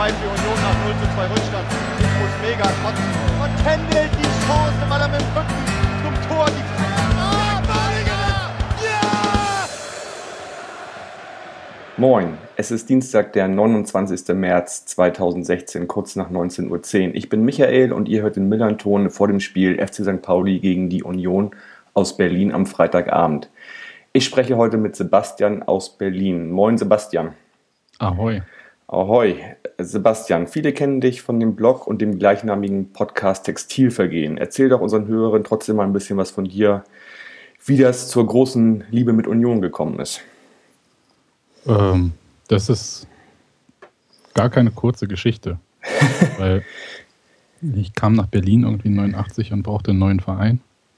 2 für Union nach 0:2 Rückstand. Ich muss mega kotzen. Und Kendall die Chance, weil er mit dem Rücken zum Tor die Ja! Moin, es ist Dienstag, der 29. März 2016, kurz nach 19:10 Uhr. Ich bin Michael und ihr hört den Millern-Ton vor dem Spiel FC St. Pauli gegen die Union aus Berlin am Freitagabend. Ich spreche heute mit Sebastian aus Berlin. Moin Sebastian. Ahoi. Ahoi. Sebastian, viele kennen dich von dem Blog und dem gleichnamigen Podcast Textilvergehen. Erzähl doch unseren Hörern trotzdem mal ein bisschen was von dir, wie das zur großen Liebe mit Union gekommen ist. Das ist gar keine kurze Geschichte, weil ich kam nach Berlin irgendwie 89 und brauchte einen neuen Verein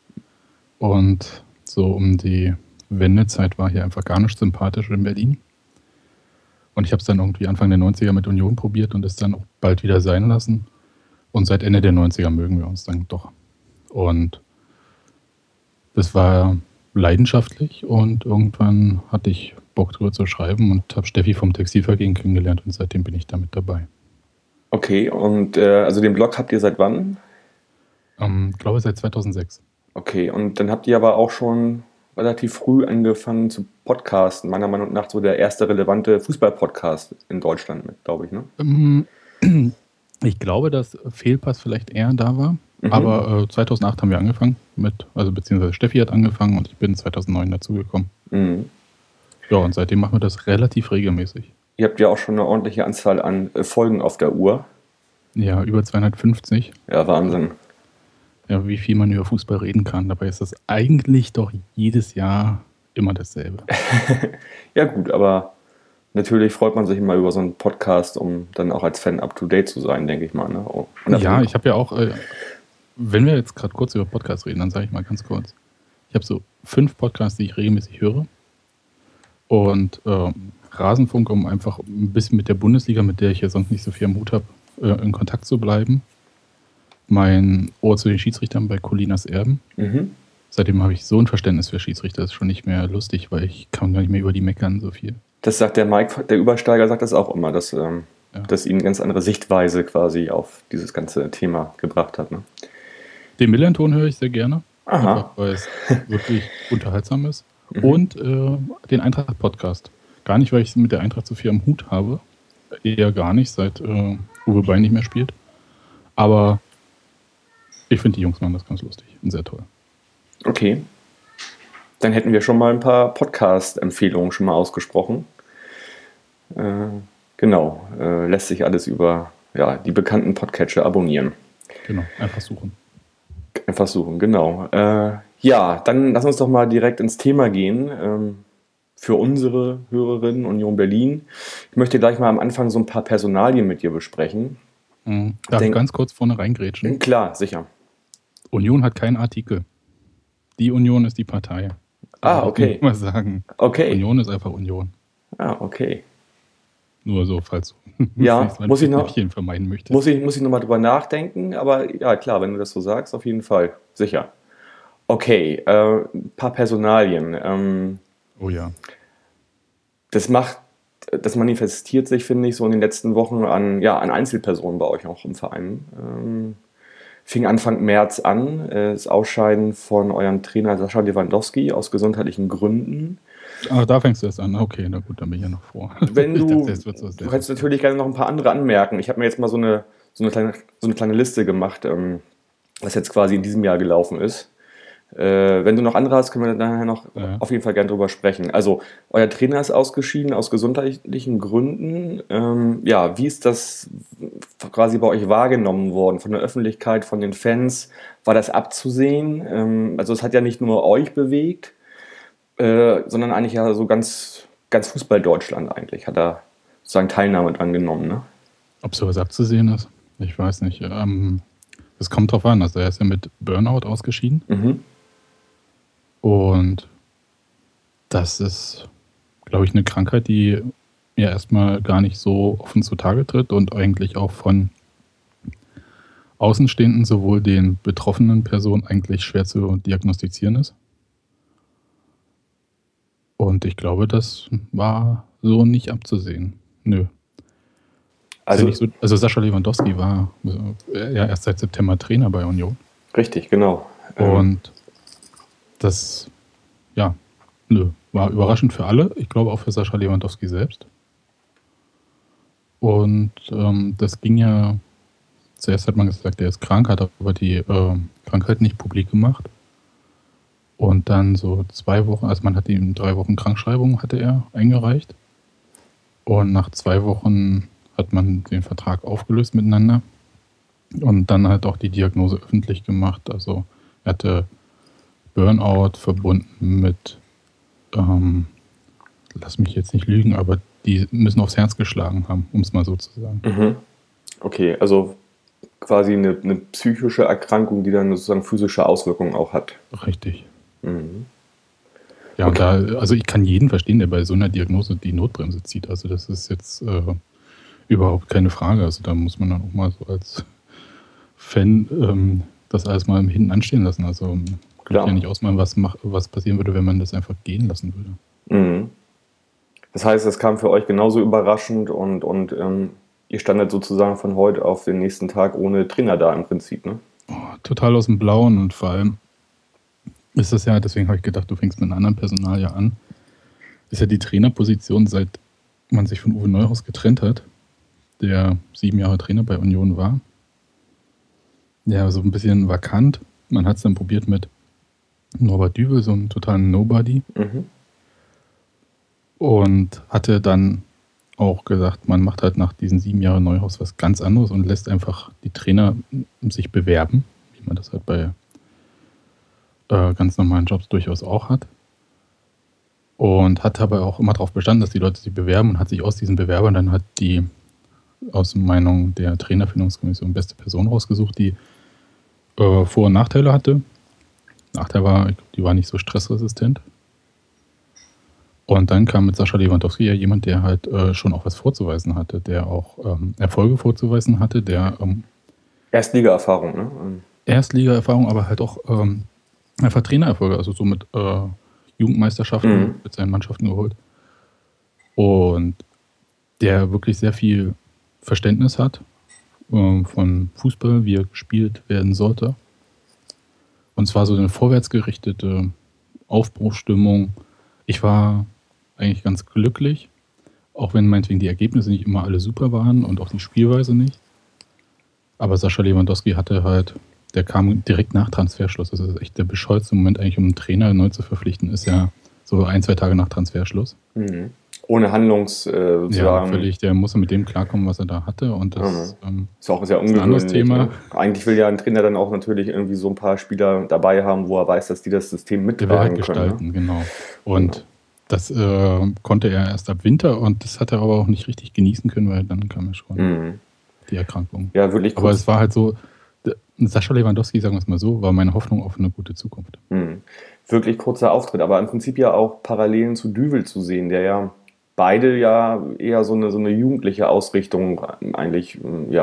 und so um die Wendezeit war hier einfach gar nicht sympathisch in Berlin und ich habe es dann irgendwie Anfang der 90er mit Union probiert und es dann auch bald wieder sein lassen und seit Ende der 90er mögen wir uns dann doch und das war leidenschaftlich und irgendwann hatte ich Bock drüber zu schreiben und habe Steffi vom Textilvergehen kennengelernt und seitdem bin ich damit dabei. Okay, und also den Blog habt ihr seit wann? Glaube seit 2006. Okay, und dann habt ihr aber auch schon relativ früh angefangen zu podcasten. Meiner Meinung nach so der erste relevante Fußball-Podcast in Deutschland mit, glaube ich, ne? Ich glaube, dass Fehlpass vielleicht eher da war, aber 2008 haben wir angefangen beziehungsweise Steffi hat angefangen und ich bin 2009 dazugekommen. Mhm. Ja, und seitdem machen wir das relativ regelmäßig. Ihr habt ja auch schon eine ordentliche Anzahl an Folgen auf der Uhr. Ja, über 250. Ja, Wahnsinn. Ja, wie viel man über Fußball reden kann. Dabei ist das eigentlich doch jedes Jahr immer dasselbe. Ja gut, aber natürlich freut man sich immer über so einen Podcast, um dann auch als Fan up-to-date zu sein, denke ich mal. Ne? Ja, ich habe ja auch, wenn wir jetzt gerade kurz über Podcasts reden, dann sage ich mal ganz kurz. Ich habe so 5 Podcasts, die ich regelmäßig höre. Und Rasenfunk, um einfach ein bisschen mit der Bundesliga, mit der ich ja sonst nicht so viel am Hut habe, in Kontakt zu bleiben. Mein Ohr zu den Schiedsrichtern bei Colinas Erben. Mhm. Seitdem habe ich so ein Verständnis für Schiedsrichter, das ist schon nicht mehr lustig, weil ich kann gar nicht mehr über die meckern so viel. Das sagt der Mike, der Übersteiger, sagt das auch immer, dass ihn eine ganz andere Sichtweise quasi auf dieses ganze Thema gebracht hat. Ne? Den Millern-Ton höre ich sehr gerne, Aha. einfach, weil es wirklich unterhaltsam ist. Und den Eintracht-Podcast. Gar nicht, weil ich mit der Eintracht so viel am Hut habe. Eher gar nicht, seit Uwe Bein nicht mehr spielt. Aber ich finde, die Jungs machen das ganz lustig und sehr toll. Okay. Dann hätten wir schon mal ein paar Podcast-Empfehlungen schon mal ausgesprochen. Genau. Lässt sich alles über die bekannten Podcatcher abonnieren. Genau, einfach suchen. Einfach suchen, genau. Dann lass uns doch mal direkt ins Thema gehen. Für unsere Hörerinnen Union Berlin. Ich möchte gleich mal am Anfang so ein paar Personalien mit dir besprechen. Darf ich ganz kurz vorne reingrätschen? Klar, sicher. Union hat keinen Artikel. Die Union ist die Partei. Okay. Ich mal sagen. Okay. Union ist einfach Union. Okay. Nur so, falls du muss ich noch vermeiden möchtest. Muss ich noch mal drüber nachdenken, aber ja, klar, wenn du das so sagst, auf jeden Fall. Sicher. Okay, ein paar Personalien. Oh ja. Das manifestiert sich, finde ich, so in den letzten Wochen an Einzelpersonen bei euch auch im Verein. Fing Anfang März an, das Ausscheiden von eurem Trainer Sascha Lewandowski aus gesundheitlichen Gründen. Ah, da fängst du erst an. Okay, na gut, dann bin ich ja noch vor. Wenn du hättest natürlich gerne noch ein paar andere anmerken. Ich habe mir jetzt mal so eine kleine Liste gemacht, was jetzt quasi in diesem Jahr gelaufen ist. Wenn du noch andere hast, können wir daher noch auf jeden Fall gerne drüber sprechen. Also, euer Trainer ist ausgeschieden aus gesundheitlichen Gründen. Wie ist das quasi bei euch wahrgenommen worden? Von der Öffentlichkeit, von den Fans? War das abzusehen? Also, es hat ja nicht nur euch bewegt, sondern eigentlich ja so ganz, ganz Fußball-Deutschland eigentlich. Hat da sozusagen Teilnahme dran genommen, ne? Ob sowas abzusehen ist? Ich weiß nicht. Es kommt drauf an. Also, er ist ja mit Burnout ausgeschieden. Mhm. Und das ist, glaube ich, eine Krankheit, die ja erstmal gar nicht so offen zutage tritt und eigentlich auch von Außenstehenden, sowohl den betroffenen Personen, eigentlich schwer zu diagnostizieren ist. Und ich glaube, das war so nicht abzusehen. Nö. Also, nicht so, also Sascha Lewandowski war ja erst seit September Trainer bei Union. richtig, genau. Und das, ja, war überraschend für alle. Ich glaube auch für Sascha Lewandowski selbst. Und das ging ja, zuerst hat man gesagt, er ist krank, hat aber die Krankheit nicht publik gemacht. Und dann so 2 Wochen, also man hat ihm 3 Wochen Krankschreibung hatte er eingereicht. Und nach 2 Wochen hat man den Vertrag aufgelöst miteinander. Und dann halt auch die Diagnose öffentlich gemacht. Also er hatte Burnout verbunden mit, lass mich jetzt nicht lügen, aber die müssen aufs Herz geschlagen haben, um es mal so zu sagen. Mhm. Okay, also quasi eine psychische Erkrankung, die dann sozusagen physische Auswirkungen auch hat. Richtig. Mhm. Ja, Okay. und also ich kann jeden verstehen, der bei so einer Diagnose die Notbremse zieht. Also das ist jetzt überhaupt keine Frage. Also da muss man dann auch mal so als Fan das alles mal hinten anstehen lassen. Also kann ich ja nicht ausmalen, was passieren würde, wenn man das einfach gehen lassen würde. Mhm. Das heißt, es kam für euch genauso überraschend und ihr standet sozusagen von heute auf den nächsten Tag ohne Trainer da im Prinzip, ne? Total aus dem Blauen und vor allem ist das ja, deswegen habe ich gedacht, du fängst mit einem anderen Personal ja an, ist ja die Trainerposition, seit man sich von Uwe Neuhaus getrennt hat, der 7 Jahre Trainer bei Union war, ja, so ein bisschen vakant. Man hat es dann probiert mit Norbert Düvel, so einen totalen Nobody. Mhm. Und hatte dann auch gesagt, man macht halt nach diesen 7 Jahren Neuhaus was ganz anderes und lässt einfach die Trainer sich bewerben, wie man das halt bei ganz normalen Jobs durchaus auch hat. Und hat aber auch immer darauf bestanden, dass die Leute sich bewerben und hat sich aus diesen Bewerbern dann halt die aus Meinung der Trainerfindungskommission beste Person rausgesucht, die Vor- und Nachteile hatte. Nachteil war, ich glaube, die war nicht so stressresistent. Und dann kam mit Sascha Lewandowski ja jemand, der halt schon auch was vorzuweisen hatte, der auch Erfolge vorzuweisen hatte, der Erstliga-Erfahrung, ne? Erstliga-Erfahrung, aber halt auch einfach Trainererfolge, also so mit Jugendmeisterschaften mit seinen Mannschaften geholt. Und der wirklich sehr viel Verständnis hat von Fußball, wie er gespielt werden sollte. Und zwar so eine vorwärtsgerichtete Aufbruchsstimmung. Ich war eigentlich ganz glücklich, auch wenn meinetwegen die Ergebnisse nicht immer alle super waren und auch die Spielweise nicht. Aber Sascha Lewandowski der kam direkt nach Transferschluss. Das ist echt der bescheuertste Moment eigentlich, um einen Trainer neu zu verpflichten, ist ja so 1-2 Tage nach Transferschluss. Mhm. Ohne sozusagen. Ja, völlig. Der muss mit dem klarkommen, was er da hatte. Und das ist auch sehr ungewöhnlich. ein anderes Thema. Ne? Eigentlich will ja ein Trainer dann auch natürlich irgendwie so ein paar Spieler dabei haben, wo er weiß, dass die das System mittragen der will halt gestalten, können. Ne? genau. Und das konnte er erst ab Winter und das hat er aber auch nicht richtig genießen können, weil dann kam ja schon die Erkrankung. Ja, wirklich. Aber es war halt so, Sascha Lewandowski, sagen wir es mal so, war meine Hoffnung auf eine gute Zukunft. Wirklich kurzer Auftritt, aber im Prinzip ja auch Parallelen zu Düvel zu sehen, der ja beide ja eher so eine jugendliche Ausrichtung eigentlich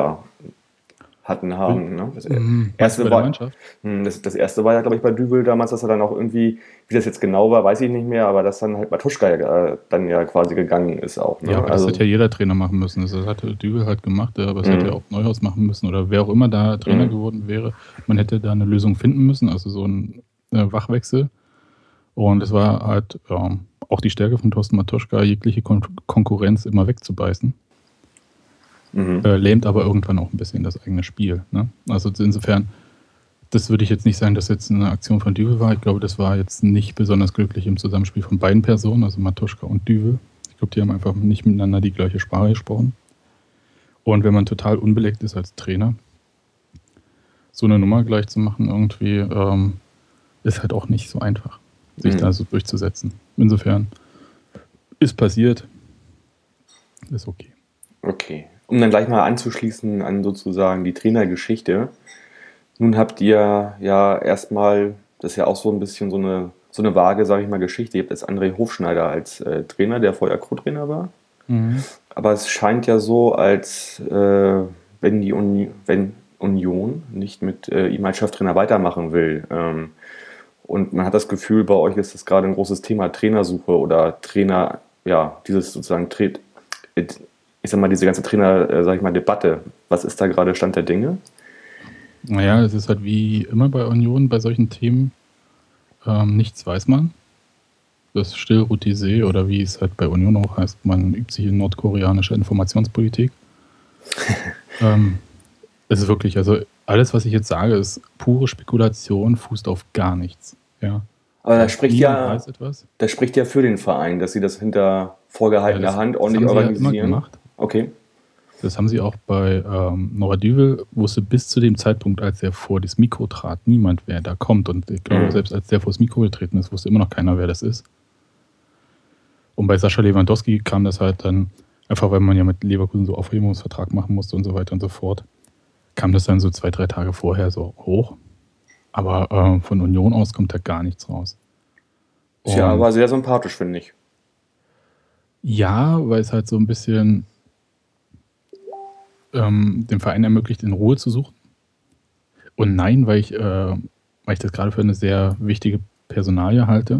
haben. Ne? Das erste war ja, glaube ich, bei Düvel damals, dass er dann auch irgendwie, wie das jetzt genau war, weiß ich nicht mehr, aber dass dann halt Matuschka dann ja quasi gegangen ist auch. Ne? Ja, aber das hätte ja jeder Trainer machen müssen. Das hatte Düvel halt gemacht, aber das hätte ja auch Neuhaus machen müssen oder wer auch immer da Trainer geworden wäre. Man hätte da eine Lösung finden müssen, also so ein Wachwechsel. Und es war halt auch die Stärke von Thorsten Matuschka, jegliche Konkurrenz immer wegzubeißen. Lähmt aber irgendwann auch ein bisschen das eigene Spiel. Ne? Also insofern, das würde ich jetzt nicht sagen, dass jetzt eine Aktion von Düvel war. Ich glaube, das war jetzt nicht besonders glücklich im Zusammenspiel von beiden Personen, also Matuschka und Düvel. Ich glaube, die haben einfach nicht miteinander die gleiche Sprache gesprochen. Und wenn man total unbelegt ist als Trainer, so eine Nummer gleich zu machen irgendwie, ist halt auch nicht so einfach, sich da so durchzusetzen. Insofern ist passiert, ist okay. Okay. Um dann gleich mal anzuschließen an sozusagen die Trainergeschichte. Nun habt ihr ja erstmal, das ist ja auch so ein bisschen so eine vage, sage ich mal, Geschichte. Ihr habt jetzt André Hofschneider als Trainer, der vorher Co-Trainer war. Aber es scheint ja so, als wenn Union nicht mit ihm als Cheftrainer weitermachen will. Und man hat das Gefühl, bei euch ist das gerade ein großes Thema Trainersuche oder Trainer, ja, dieses sozusagen ich sag mal, diese ganze Trainer, sag ich mal, Debatte, was ist da gerade Stand der Dinge? Naja, es ist halt wie immer bei Union, bei solchen Themen, nichts weiß man. Das Still-Routise oder wie es halt bei Union auch heißt, man übt sich in nordkoreanischer Informationspolitik. Es ist wirklich, also alles, was ich jetzt sage, ist pure Spekulation, fußt auf gar nichts. Ja. Aber das spricht ja für den Verein, dass sie das hinter vorgehaltener Hand ordentlich organisieren. Ja immer gemacht. Okay. Das haben sie auch bei Nora Düvel, wusste bis zu dem Zeitpunkt, als er vor das Mikro trat, niemand, wer da kommt. Und ich glaube, selbst als der vor das Mikro getreten ist, wusste immer noch keiner, wer das ist. Und bei Sascha Lewandowski kam das halt dann, einfach weil man ja mit Leverkusen so Aufhebungsvertrag machen musste und so weiter und so fort, kam das dann so 2-3 Tage vorher so hoch. Aber von Union aus kommt da gar nichts raus. Und ja, aber sehr sympathisch, finde ich. Ja, weil es halt so ein bisschen dem Verein ermöglicht, in Ruhe zu suchen. Und nein, weil ich das gerade für eine sehr wichtige Personalie halte.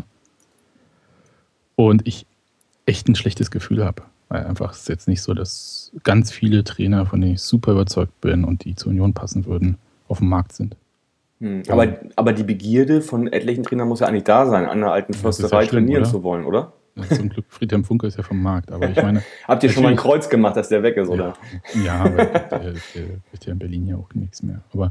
Und ich echt ein schlechtes Gefühl habe. Weil einfach es ist jetzt nicht so, dass ganz viele Trainer, von denen ich super überzeugt bin und die zur Union passen würden, auf dem Markt sind. Aber die Begierde von etlichen Trainern muss ja eigentlich da sein, an der alten Försterei trainieren zu wollen, oder? Ja, zum Glück, Friedhelm Funke ist ja vom Markt, aber ich meine... Habt ihr schon mal ein Kreuz gemacht, dass der weg ist, oder? Ja, aber der wird ja in Berlin ja auch nichts mehr. Aber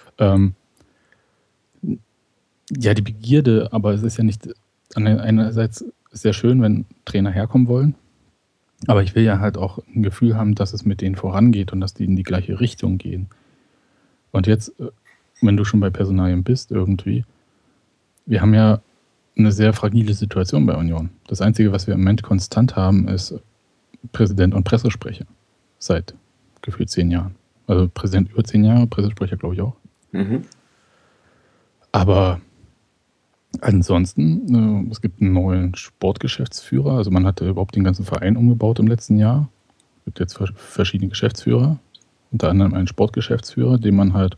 ja, die Begierde, aber es ist ja nicht... Einerseits ist es sehr schön, wenn Trainer herkommen wollen, aber ich will ja halt auch ein Gefühl haben, dass es mit denen vorangeht und dass die in die gleiche Richtung gehen. Und jetzt, wenn du schon bei Personalien bist irgendwie, wir haben ja eine sehr fragile Situation bei Union. Das Einzige, was wir im Moment konstant haben, ist Präsident und Pressesprecher. Seit gefühlt 10 Jahren. Also Präsident über 10 Jahre, Pressesprecher glaube ich auch. Aber ansonsten, es gibt einen neuen Sportgeschäftsführer. Also man hatte überhaupt den ganzen Verein umgebaut im letzten Jahr. Es gibt jetzt verschiedene Geschäftsführer. Unter anderem einen Sportgeschäftsführer, den man halt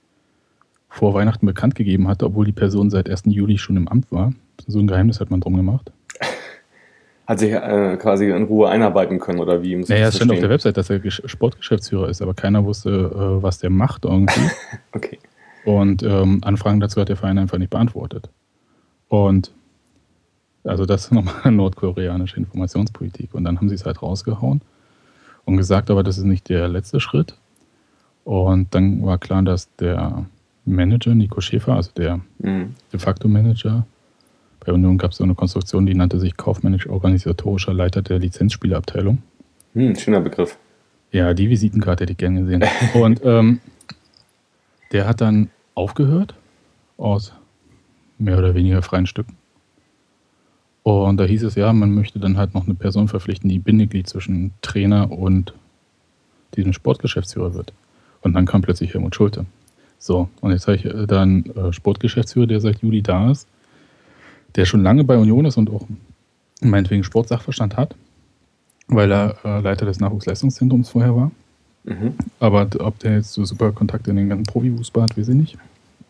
vor Weihnachten bekannt gegeben hatte, obwohl die Person seit 1. Juli schon im Amt war. So ein Geheimnis hat man drum gemacht. Hat sich quasi in Ruhe einarbeiten können, oder wie? Naja, es stand auf der Website, dass er Sportgeschäftsführer ist, aber keiner wusste, was der macht irgendwie. Okay. Und Anfragen dazu hat der Verein einfach nicht beantwortet. Und also das ist nochmal nordkoreanische Informationspolitik. Und dann haben sie es halt rausgehauen und gesagt, aber das ist nicht der letzte Schritt. Und dann war klar, dass der Manager, Nico Schäfer, also der de facto Manager, bei Union gab es so eine Konstruktion, die nannte sich kaufmännisch-organisatorischer Leiter der Lizenzspielabteilung. Schöner Begriff. Ja, die Visitenkarte hätte ich gerne gesehen. Und der hat dann aufgehört aus mehr oder weniger freien Stücken. Und da hieß es ja, man möchte dann halt noch eine Person verpflichten, die Bindeglied zwischen Trainer und diesem Sportgeschäftsführer wird. Und dann kam plötzlich Helmut Schulte. So, und jetzt habe ich da einen Sportgeschäftsführer, der seit Juli da ist, der schon lange bei Union ist und auch meinetwegen Sportsachverstand hat, weil er Leiter des Nachwuchsleistungszentrums vorher war. Aber ob der jetzt so super Kontakte in den ganzen Profifußball hat, weiß ich nicht.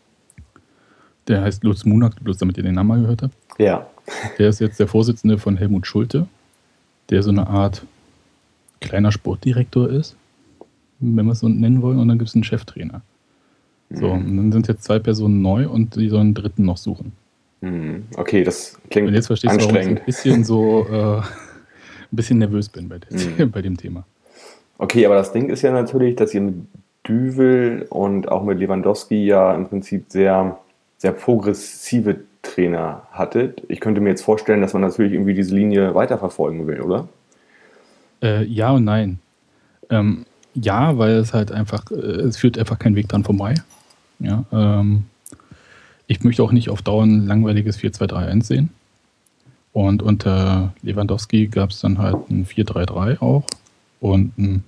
Der heißt Lutz Munak, bloß damit ihr den Namen mal gehört habt. Ja. Der ist jetzt der Vorsitzende von Helmut Schulte, der so eine Art kleiner Sportdirektor ist, wenn wir es so nennen wollen, und dann gibt es einen Cheftrainer. So, und dann sind jetzt 2 Personen neu und die sollen einen dritten noch suchen. Okay, das klingt und jetzt verstehst du, warum ich anstrengend. ein bisschen so ein bisschen nervös bin bei dem Thema. Okay, aber das Ding ist ja natürlich, dass ihr mit Düvel und auch mit Lewandowski ja im Prinzip sehr, sehr progressive Trainer hattet. Ich könnte mir jetzt vorstellen, dass man natürlich irgendwie diese Linie weiterverfolgen will, oder? Ja und nein. Ja, weil es halt einfach, es führt einfach kein Weg dran vorbei. Ja, ich möchte auch nicht auf Dauer ein langweiliges 4-2-3-1 sehen. Und unter Lewandowski gab es dann halt ein 4-3-3 auch und ein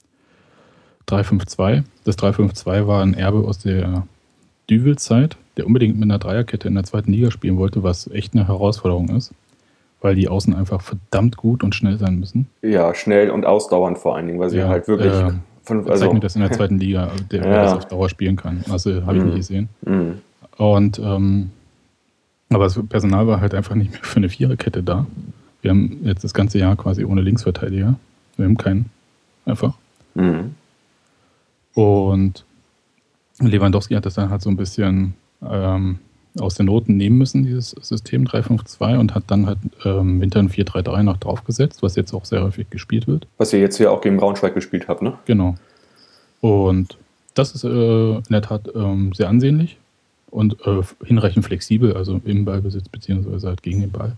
3-5-2. Das 3-5-2 war ein Erbe aus der Düvel-Zeit, der unbedingt mit einer Dreierkette in der 2. Liga spielen wollte, was echt eine Herausforderung ist, weil die Außen einfach verdammt gut und schnell sein müssen. Ja, schnell und ausdauernd vor allen Dingen, weil sie halt wirklich... zeig mir das in der 2. Liga, der das auf Dauer spielen kann. Also habe ich nicht gesehen. Und aber das Personal war halt einfach nicht mehr für eine Viererkette da. Wir haben jetzt das ganze Jahr quasi ohne Linksverteidiger. Wir haben keinen. einfach. Mhm. Und Lewandowski hat das dann halt so ein bisschen aus den Noten nehmen müssen, dieses System 3-5-2, und hat dann halt im Winter ein 4-3-3 noch draufgesetzt, was jetzt auch sehr häufig gespielt wird. Was ihr jetzt ja auch gegen Braunschweig gespielt habt, ne? Genau. Und das ist in der Tat sehr ansehnlich und hinreichend flexibel, also im Ballbesitz beziehungsweise halt gegen den Ball.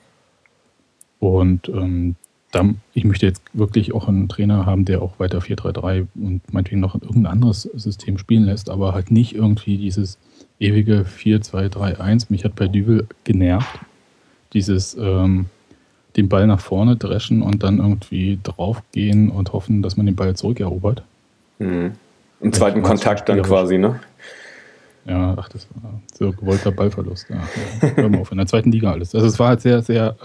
Und ich möchte jetzt wirklich auch einen Trainer haben, der auch weiter 4-3-3 und meinetwegen noch irgendein anderes System spielen lässt, aber halt nicht irgendwie dieses ewige 4-2-3-1. Mich hat bei Düvel genervt, dieses den Ball nach vorne dreschen und dann irgendwie draufgehen und hoffen, dass man den Ball zurückerobert. Mhm. Im zweiten Kontakt dann quasi, ne? Ja, das war so gewollter Ballverlust. Ja, hör mal auf, in der zweiten Liga alles. Also es war halt sehr, sehr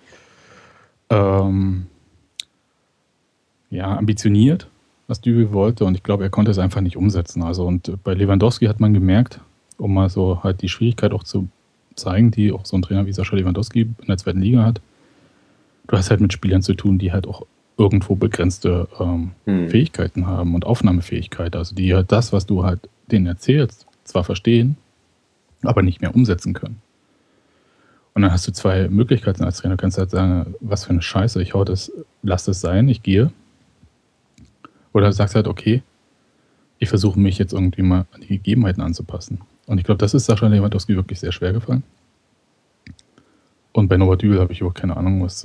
ambitioniert, was Düvel wollte, und ich glaube, er konnte es einfach nicht umsetzen. Also, und bei Lewandowski hat man gemerkt, um mal so halt die Schwierigkeit auch zu zeigen, die auch so ein Trainer wie Sascha Lewandowski in der zweiten Liga hat. Du hast halt mit Spielern zu tun, die halt auch irgendwo begrenzte Fähigkeiten haben und Aufnahmefähigkeit. Also die halt das, was du halt denen erzählst, zwar verstehen, aber nicht mehr umsetzen können. Und dann hast du zwei Möglichkeiten als Trainer. Du kannst halt sagen, was für eine Scheiße, lass das sein, ich gehe. Oder du sagst halt, okay, ich versuche mich jetzt irgendwie mal an die Gegebenheiten anzupassen. Und ich glaube, das ist Sascha Lewandowski wirklich sehr schwer gefallen. Und bei Norbert Düvel habe ich überhaupt keine Ahnung, was,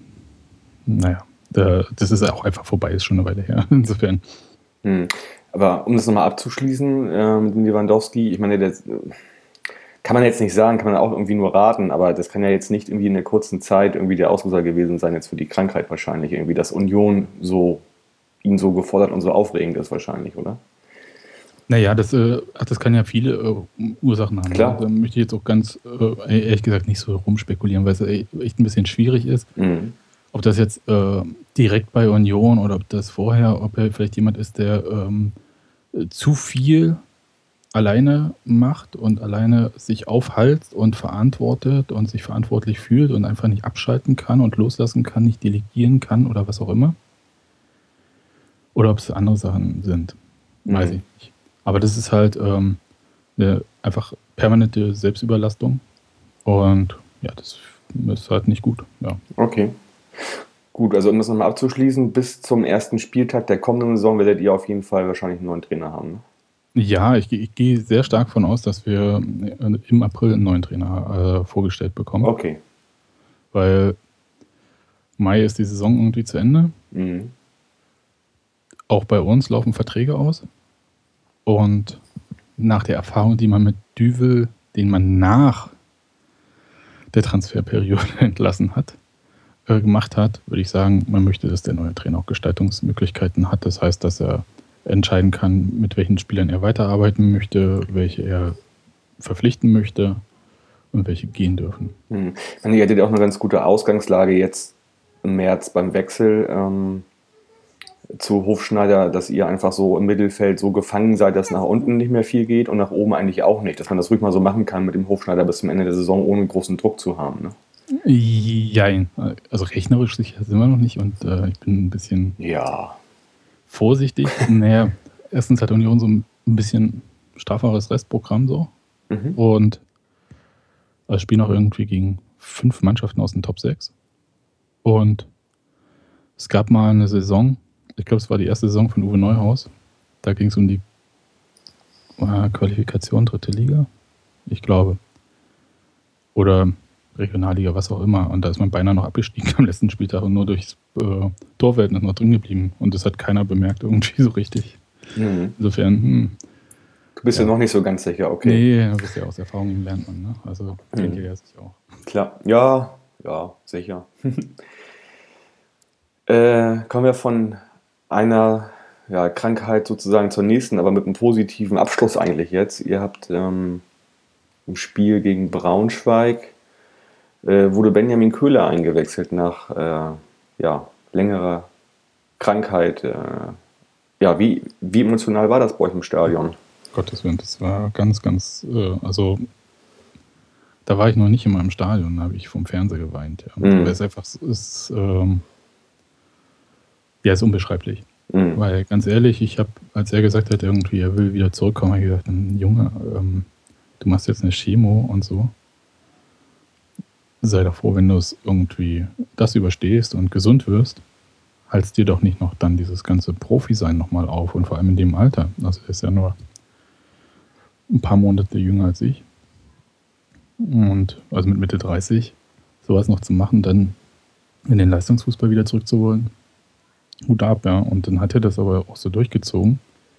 das ist auch einfach vorbei, ist schon eine Weile her. Insofern. Aber um das nochmal abzuschließen mit dem Lewandowski, ich meine, das kann man jetzt nicht sagen, kann man auch irgendwie nur raten, aber das kann ja jetzt nicht irgendwie in der kurzen Zeit irgendwie der Auslöser gewesen sein, jetzt für die Krankheit wahrscheinlich, irgendwie, dass Union ihn so gefordert und so aufregend ist wahrscheinlich, oder? Naja, das kann ja viele Ursachen haben. Klar. Da möchte ich jetzt auch ganz ehrlich gesagt nicht so rumspekulieren, weil es echt ein bisschen schwierig ist. Mhm. Ob das jetzt direkt bei Union oder ob das vorher, ob er vielleicht jemand ist, der zu viel alleine macht und alleine sich aufhalst und verantwortet und sich verantwortlich fühlt und einfach nicht abschalten kann und loslassen kann, nicht delegieren kann oder was auch immer. Oder ob es andere Sachen sind. Weiß ich nicht. Aber das ist halt eine einfach permanente Selbstüberlastung. Und ja, das ist halt nicht gut. Ja. Okay. Gut, also um das nochmal abzuschließen, bis zum ersten Spieltag der kommenden Saison werdet ihr auf jeden Fall wahrscheinlich einen neuen Trainer haben. Ne? Ja, ich gehe sehr stark davon aus, dass wir im April einen neuen Trainer vorgestellt bekommen. Okay. Weil Mai ist die Saison irgendwie zu Ende. Mhm. Auch bei uns laufen Verträge aus. Und nach der Erfahrung, die man mit Düvel, den man nach der Transferperiode entlassen hat, gemacht hat, würde ich sagen, man möchte, dass der neue Trainer auch Gestaltungsmöglichkeiten hat. Das heißt, dass er entscheiden kann, mit welchen Spielern er weiterarbeiten möchte, welche er verpflichten möchte und welche gehen dürfen. Ich meine, ihr hattet ja auch eine ganz gute Ausgangslage jetzt im März beim Wechsel zu Hofschneider, dass ihr einfach so im Mittelfeld so gefangen seid, dass nach unten nicht mehr viel geht und nach oben eigentlich auch nicht. Dass man das ruhig mal so machen kann mit dem Hofschneider bis zum Ende der Saison, ohne großen Druck zu haben. Ne? Jein. Also rechnerisch sicher sind wir noch nicht und ich bin ein bisschen vorsichtig. Naja, erstens hat Union so ein bisschen strafferes Restprogramm so. Und es spielen auch irgendwie gegen 5 Mannschaften aus den Top 6. Und es gab mal eine Saison, ich glaube, es war die erste Saison von Uwe Neuhaus. Da ging es um die Qualifikation 3. Liga, ich glaube. Oder Regionalliga, was auch immer. Und da ist man beinahe noch abgestiegen am letzten Spieltag und nur durchs Torverhältnis noch drin geblieben. Und das hat keiner bemerkt irgendwie so richtig. Insofern, Du bist ja noch nicht so ganz sicher, okay. Nee, du bist ja aus Erfahrung lernt man, ne? Also kennt ihr ja sicher auch. Klar, ja, sicher. Kommen wir von einer Krankheit sozusagen zur nächsten, aber mit einem positiven Abschluss eigentlich jetzt. Ihr habt im Spiel gegen Braunschweig wurde Benjamin Köhler eingewechselt nach längerer Krankheit. Wie emotional war das bei euch im Stadion? Gottes Willen, das war ganz, ganz, da war ich noch nicht in meinem Stadion, da habe ich vom Fernseher geweint. Ja. Es ist einfach, ist unbeschreiblich. Weil ganz ehrlich, ich habe, als er gesagt hat, irgendwie, er will wieder zurückkommen, habe ich gesagt, Junge, du machst jetzt eine Chemo und so. Sei doch froh, wenn du es irgendwie das überstehst und gesund wirst. Halt's dir doch nicht noch dann dieses ganze Profi-Sein nochmal auf und vor allem in dem Alter. Also er ist ja nur ein paar Monate jünger als ich. Und also mit Mitte 30 sowas noch zu machen, dann in den Leistungsfußball wieder zurückzuholen. Hut ab, ja. Und dann hat er das aber auch so durchgezogen.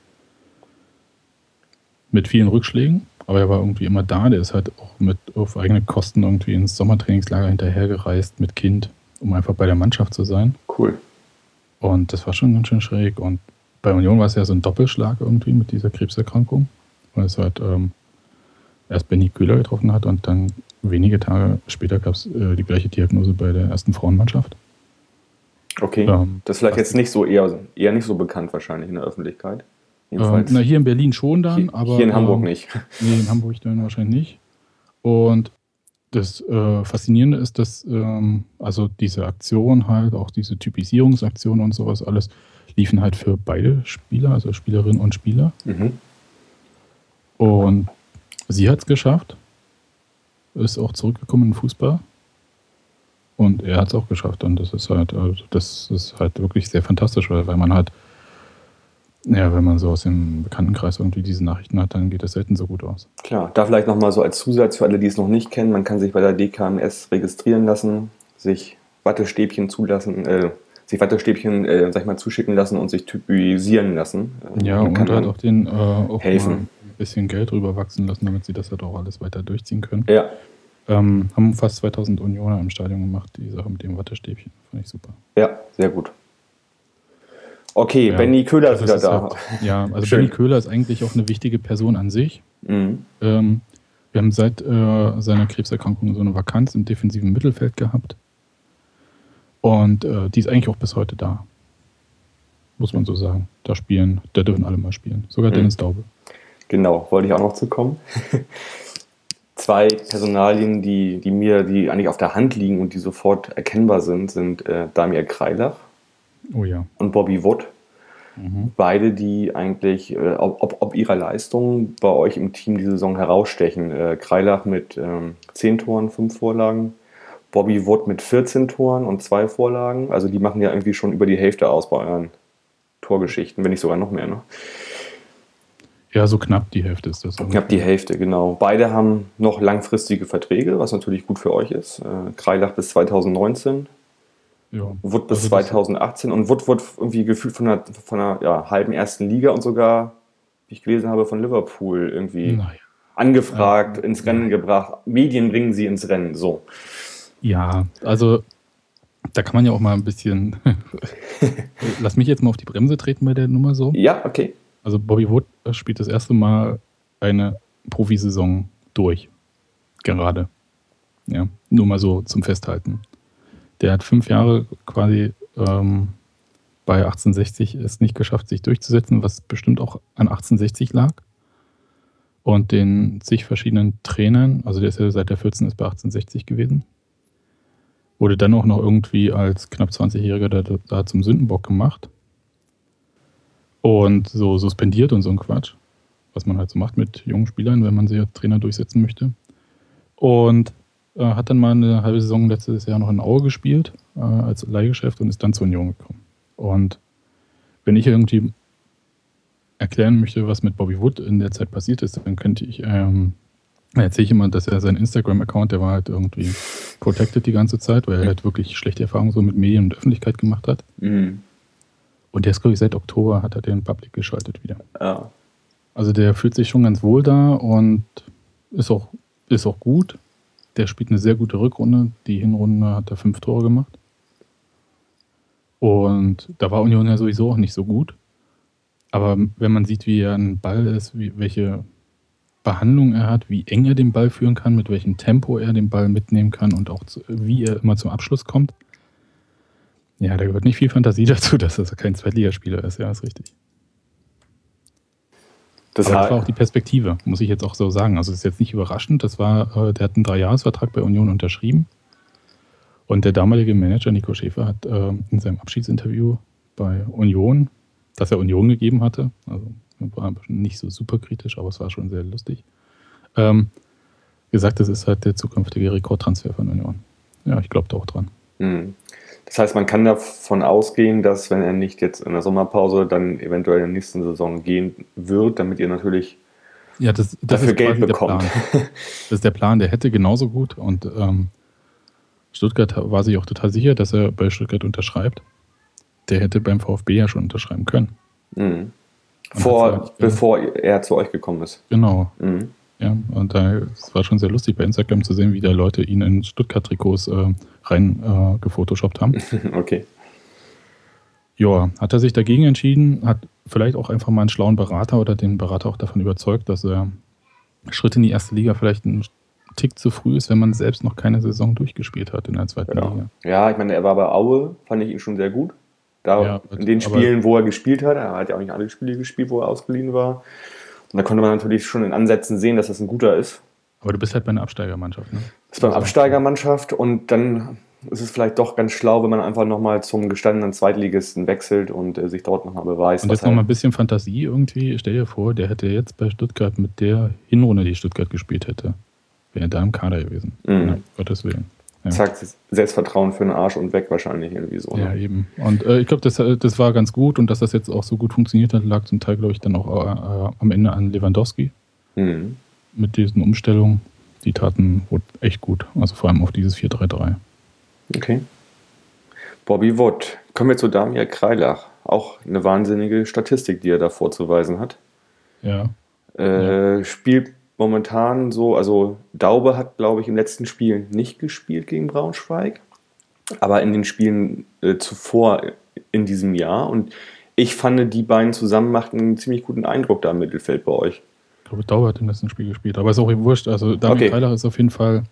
Mit vielen Rückschlägen. Aber er war irgendwie immer da. Der ist halt auch mit auf eigene Kosten irgendwie ins Sommertrainingslager hinterhergereist mit Kind, um einfach bei der Mannschaft zu sein. Cool. Und das war schon ganz schön schräg. Und bei Union war es ja so ein Doppelschlag irgendwie mit dieser Krebserkrankung. Weil es halt erst Benny Köhler getroffen hat und dann wenige Tage später gab es die gleiche Diagnose bei der ersten Frauenmannschaft. Okay, das ist vielleicht jetzt nicht so eher nicht so bekannt wahrscheinlich in der Öffentlichkeit. Hier in Berlin schon dann, aber hier in Hamburg nicht. Nee, in Hamburg dann wahrscheinlich nicht. Und das Faszinierende ist, dass also diese Aktion halt, auch diese Typisierungsaktion und sowas alles, liefen halt für beide Spieler, also Spielerinnen und Spieler. Mhm. Und sie hat es geschafft, ist auch zurückgekommen in den Fußball. Und er hat es auch geschafft. Und das ist halt wirklich sehr fantastisch, weil man halt, ja, wenn man so aus dem Bekanntenkreis irgendwie diese Nachrichten hat, dann geht das selten so gut aus. Klar, da vielleicht nochmal so als Zusatz für alle, die es noch nicht kennen, man kann sich bei der DKMS registrieren lassen, sich Wattestäbchen sag ich mal, zuschicken lassen und sich typisieren lassen. Ja, und halt auch den auch helfen. Mal ein bisschen Geld drüber wachsen lassen, damit sie das halt auch alles weiter durchziehen können. Ja. Haben fast 2000 Unioner im Stadion gemacht, die Sache mit dem Wattestäbchen. Fand ich super. Ja, sehr gut. Okay, ja, Benny Köhler ist wieder da. Halt, ja, also Schön. Benny Köhler ist eigentlich auch eine wichtige Person an sich. Mhm. Wir haben seit seiner Krebserkrankung so eine Vakanz im defensiven Mittelfeld gehabt. Und die ist eigentlich auch bis heute da. Muss man so sagen. Da dürfen alle mal spielen. Sogar Dennis Daube. Genau, wollte ich auch noch zukommen. 2 Personalien, die eigentlich auf der Hand liegen und die sofort erkennbar sind Damir Kreilach und Bobby Wood. Mhm. Beide, die eigentlich, ob ihrer Leistung bei euch im Team die Saison herausstechen. Kreilach mit 10 Toren, 5 Vorlagen. Bobby Wood mit 14 Toren und 2 Vorlagen. Also die machen ja irgendwie schon über die Hälfte aus bei euren Torgeschichten, wenn nicht sogar noch mehr. Ne? Ja, so knapp die Hälfte ist das. Knapp die Hälfte, genau. Beide haben noch langfristige Verträge, was natürlich gut für euch ist. Kreilach bis 2019, Wood bis 2018 und Wood wird irgendwie gefühlt von einer halben ersten Liga und sogar, wie ich gelesen habe, von Liverpool irgendwie angefragt, ins Rennen gebracht. Medien bringen sie ins Rennen, so. Ja, also da kann man ja auch mal ein bisschen lass mich jetzt mal auf die Bremse treten bei der Nummer so. Ja, okay. Also Bobby Wood spielt das erste Mal eine Profisaison durch. Gerade. Ja, nur mal so zum Festhalten. Der hat 5 Jahre quasi bei 1860 es nicht geschafft, sich durchzusetzen, was bestimmt auch an 1860 lag. Und den zig verschiedenen Trainern, also der ist ja seit der 14 ist bei 1860 gewesen, wurde dann auch noch irgendwie als knapp 20-Jähriger da zum Sündenbock gemacht. Und so suspendiert und so ein Quatsch, was man halt so macht mit jungen Spielern, wenn man sie als Trainer durchsetzen möchte. Und hat dann mal eine halbe Saison letztes Jahr noch in Aue gespielt, als Leihgeschäft und ist dann zur Union gekommen. Und wenn ich irgendwie erklären möchte, was mit Bobby Wood in der Zeit passiert ist, dann könnte ich, erzähle ich immer, dass er seinen Instagram-Account, der war halt irgendwie protected die ganze Zeit, weil er halt wirklich schlechte Erfahrungen so mit Medien und Öffentlichkeit gemacht hat. Mhm. Und der ist, glaube ich, seit Oktober hat er den Public geschaltet wieder. Ja. Also der fühlt sich schon ganz wohl da und ist auch gut. Der spielt eine sehr gute Rückrunde. Die Hinrunde hat er 5 Tore gemacht. Und da war Union ja sowieso auch nicht so gut. Aber wenn man sieht, wie er ein Ball ist, welche Behandlung er hat, wie eng er den Ball führen kann, mit welchem Tempo er den Ball mitnehmen kann und auch wie er immer zum Abschluss kommt, ja, da gehört nicht viel Fantasie dazu, dass das kein Zweitligaspieler ist. Ja, ist richtig. Das war auch die Perspektive, muss ich jetzt auch so sagen. Also es ist jetzt nicht überraschend. Der hat einen 3-Jahres-Vertrag bei Union unterschrieben. Und der damalige Manager Nico Schäfer hat in seinem Abschiedsinterview bei Union dass er Union gegeben hatte. Also war nicht so super kritisch, aber es war schon sehr lustig. Gesagt, das ist halt der zukünftige Rekordtransfer von Union. Ja, ich glaube da auch dran. Das heißt, man kann davon ausgehen, dass wenn er nicht jetzt in der Sommerpause dann eventuell in der nächsten Saison gehen wird, damit ihr natürlich dafür ist Geld bekommt. Das ist der Plan, der hätte genauso gut. Und Stuttgart war sich auch total sicher, dass er bei Stuttgart unterschreibt. Der hätte beim VfB ja schon unterschreiben können. Bevor er zu euch gekommen ist. Genau. Ja, und es war schon sehr lustig bei Instagram zu sehen, wie da Leute ihn in Stuttgart-Trikots rein gefotoshoppt haben. Okay. Ja, hat er sich dagegen entschieden, hat vielleicht auch einfach mal einen schlauen Berater oder den Berater auch davon überzeugt, dass er Schritt in die erste Liga vielleicht ein Tick zu früh ist, wenn man selbst noch keine Saison durchgespielt hat in der zweiten Liga. Ja, ich meine, er war bei Aue, fand ich ihn schon sehr gut. In den Spielen, wo er gespielt hat, er hat ja auch nicht alle Spiele gespielt, wo er ausgeliehen war. Und da konnte man natürlich schon in Ansätzen sehen, dass das ein guter ist. Aber du bist halt bei einer Absteigermannschaft, ne? Das ist bei einer Absteigermannschaft und dann ist es vielleicht doch ganz schlau, wenn man einfach nochmal zum gestandenen Zweitligisten wechselt und sich dort nochmal beweist. Und jetzt nochmal ein bisschen Fantasie irgendwie. Stell dir vor, der hätte jetzt bei Stuttgart mit der Hinrunde, die Stuttgart gespielt hätte, wäre er da im Kader gewesen. Ja, Gottes Willen. Ja. Zack, Selbstvertrauen für den Arsch und weg wahrscheinlich irgendwie so. Ja, eben. Und ich glaube, das war ganz gut und dass das jetzt auch so gut funktioniert hat, lag zum Teil, glaube ich, dann auch am Ende an Lewandowski. Mit diesen Umstellungen. Die taten echt gut. Also vor allem auf dieses 4-3-3. Okay. Bobby Wood. Kommen wir zu Damir Kreilach. Auch eine wahnsinnige Statistik, die er da vorzuweisen hat. Ja. Spielt momentan so, also Daube hat, glaube ich, im letzten Spiel nicht gespielt gegen Braunschweig, aber in den Spielen zuvor in diesem Jahr. Und ich fand, die beiden zusammen machten einen ziemlich guten Eindruck da im Mittelfeld bei euch. Ich glaube, Daube hat im letzten Spiel gespielt, aber ist auch wurscht. Also Damir Kreilach ist auf jeden Fall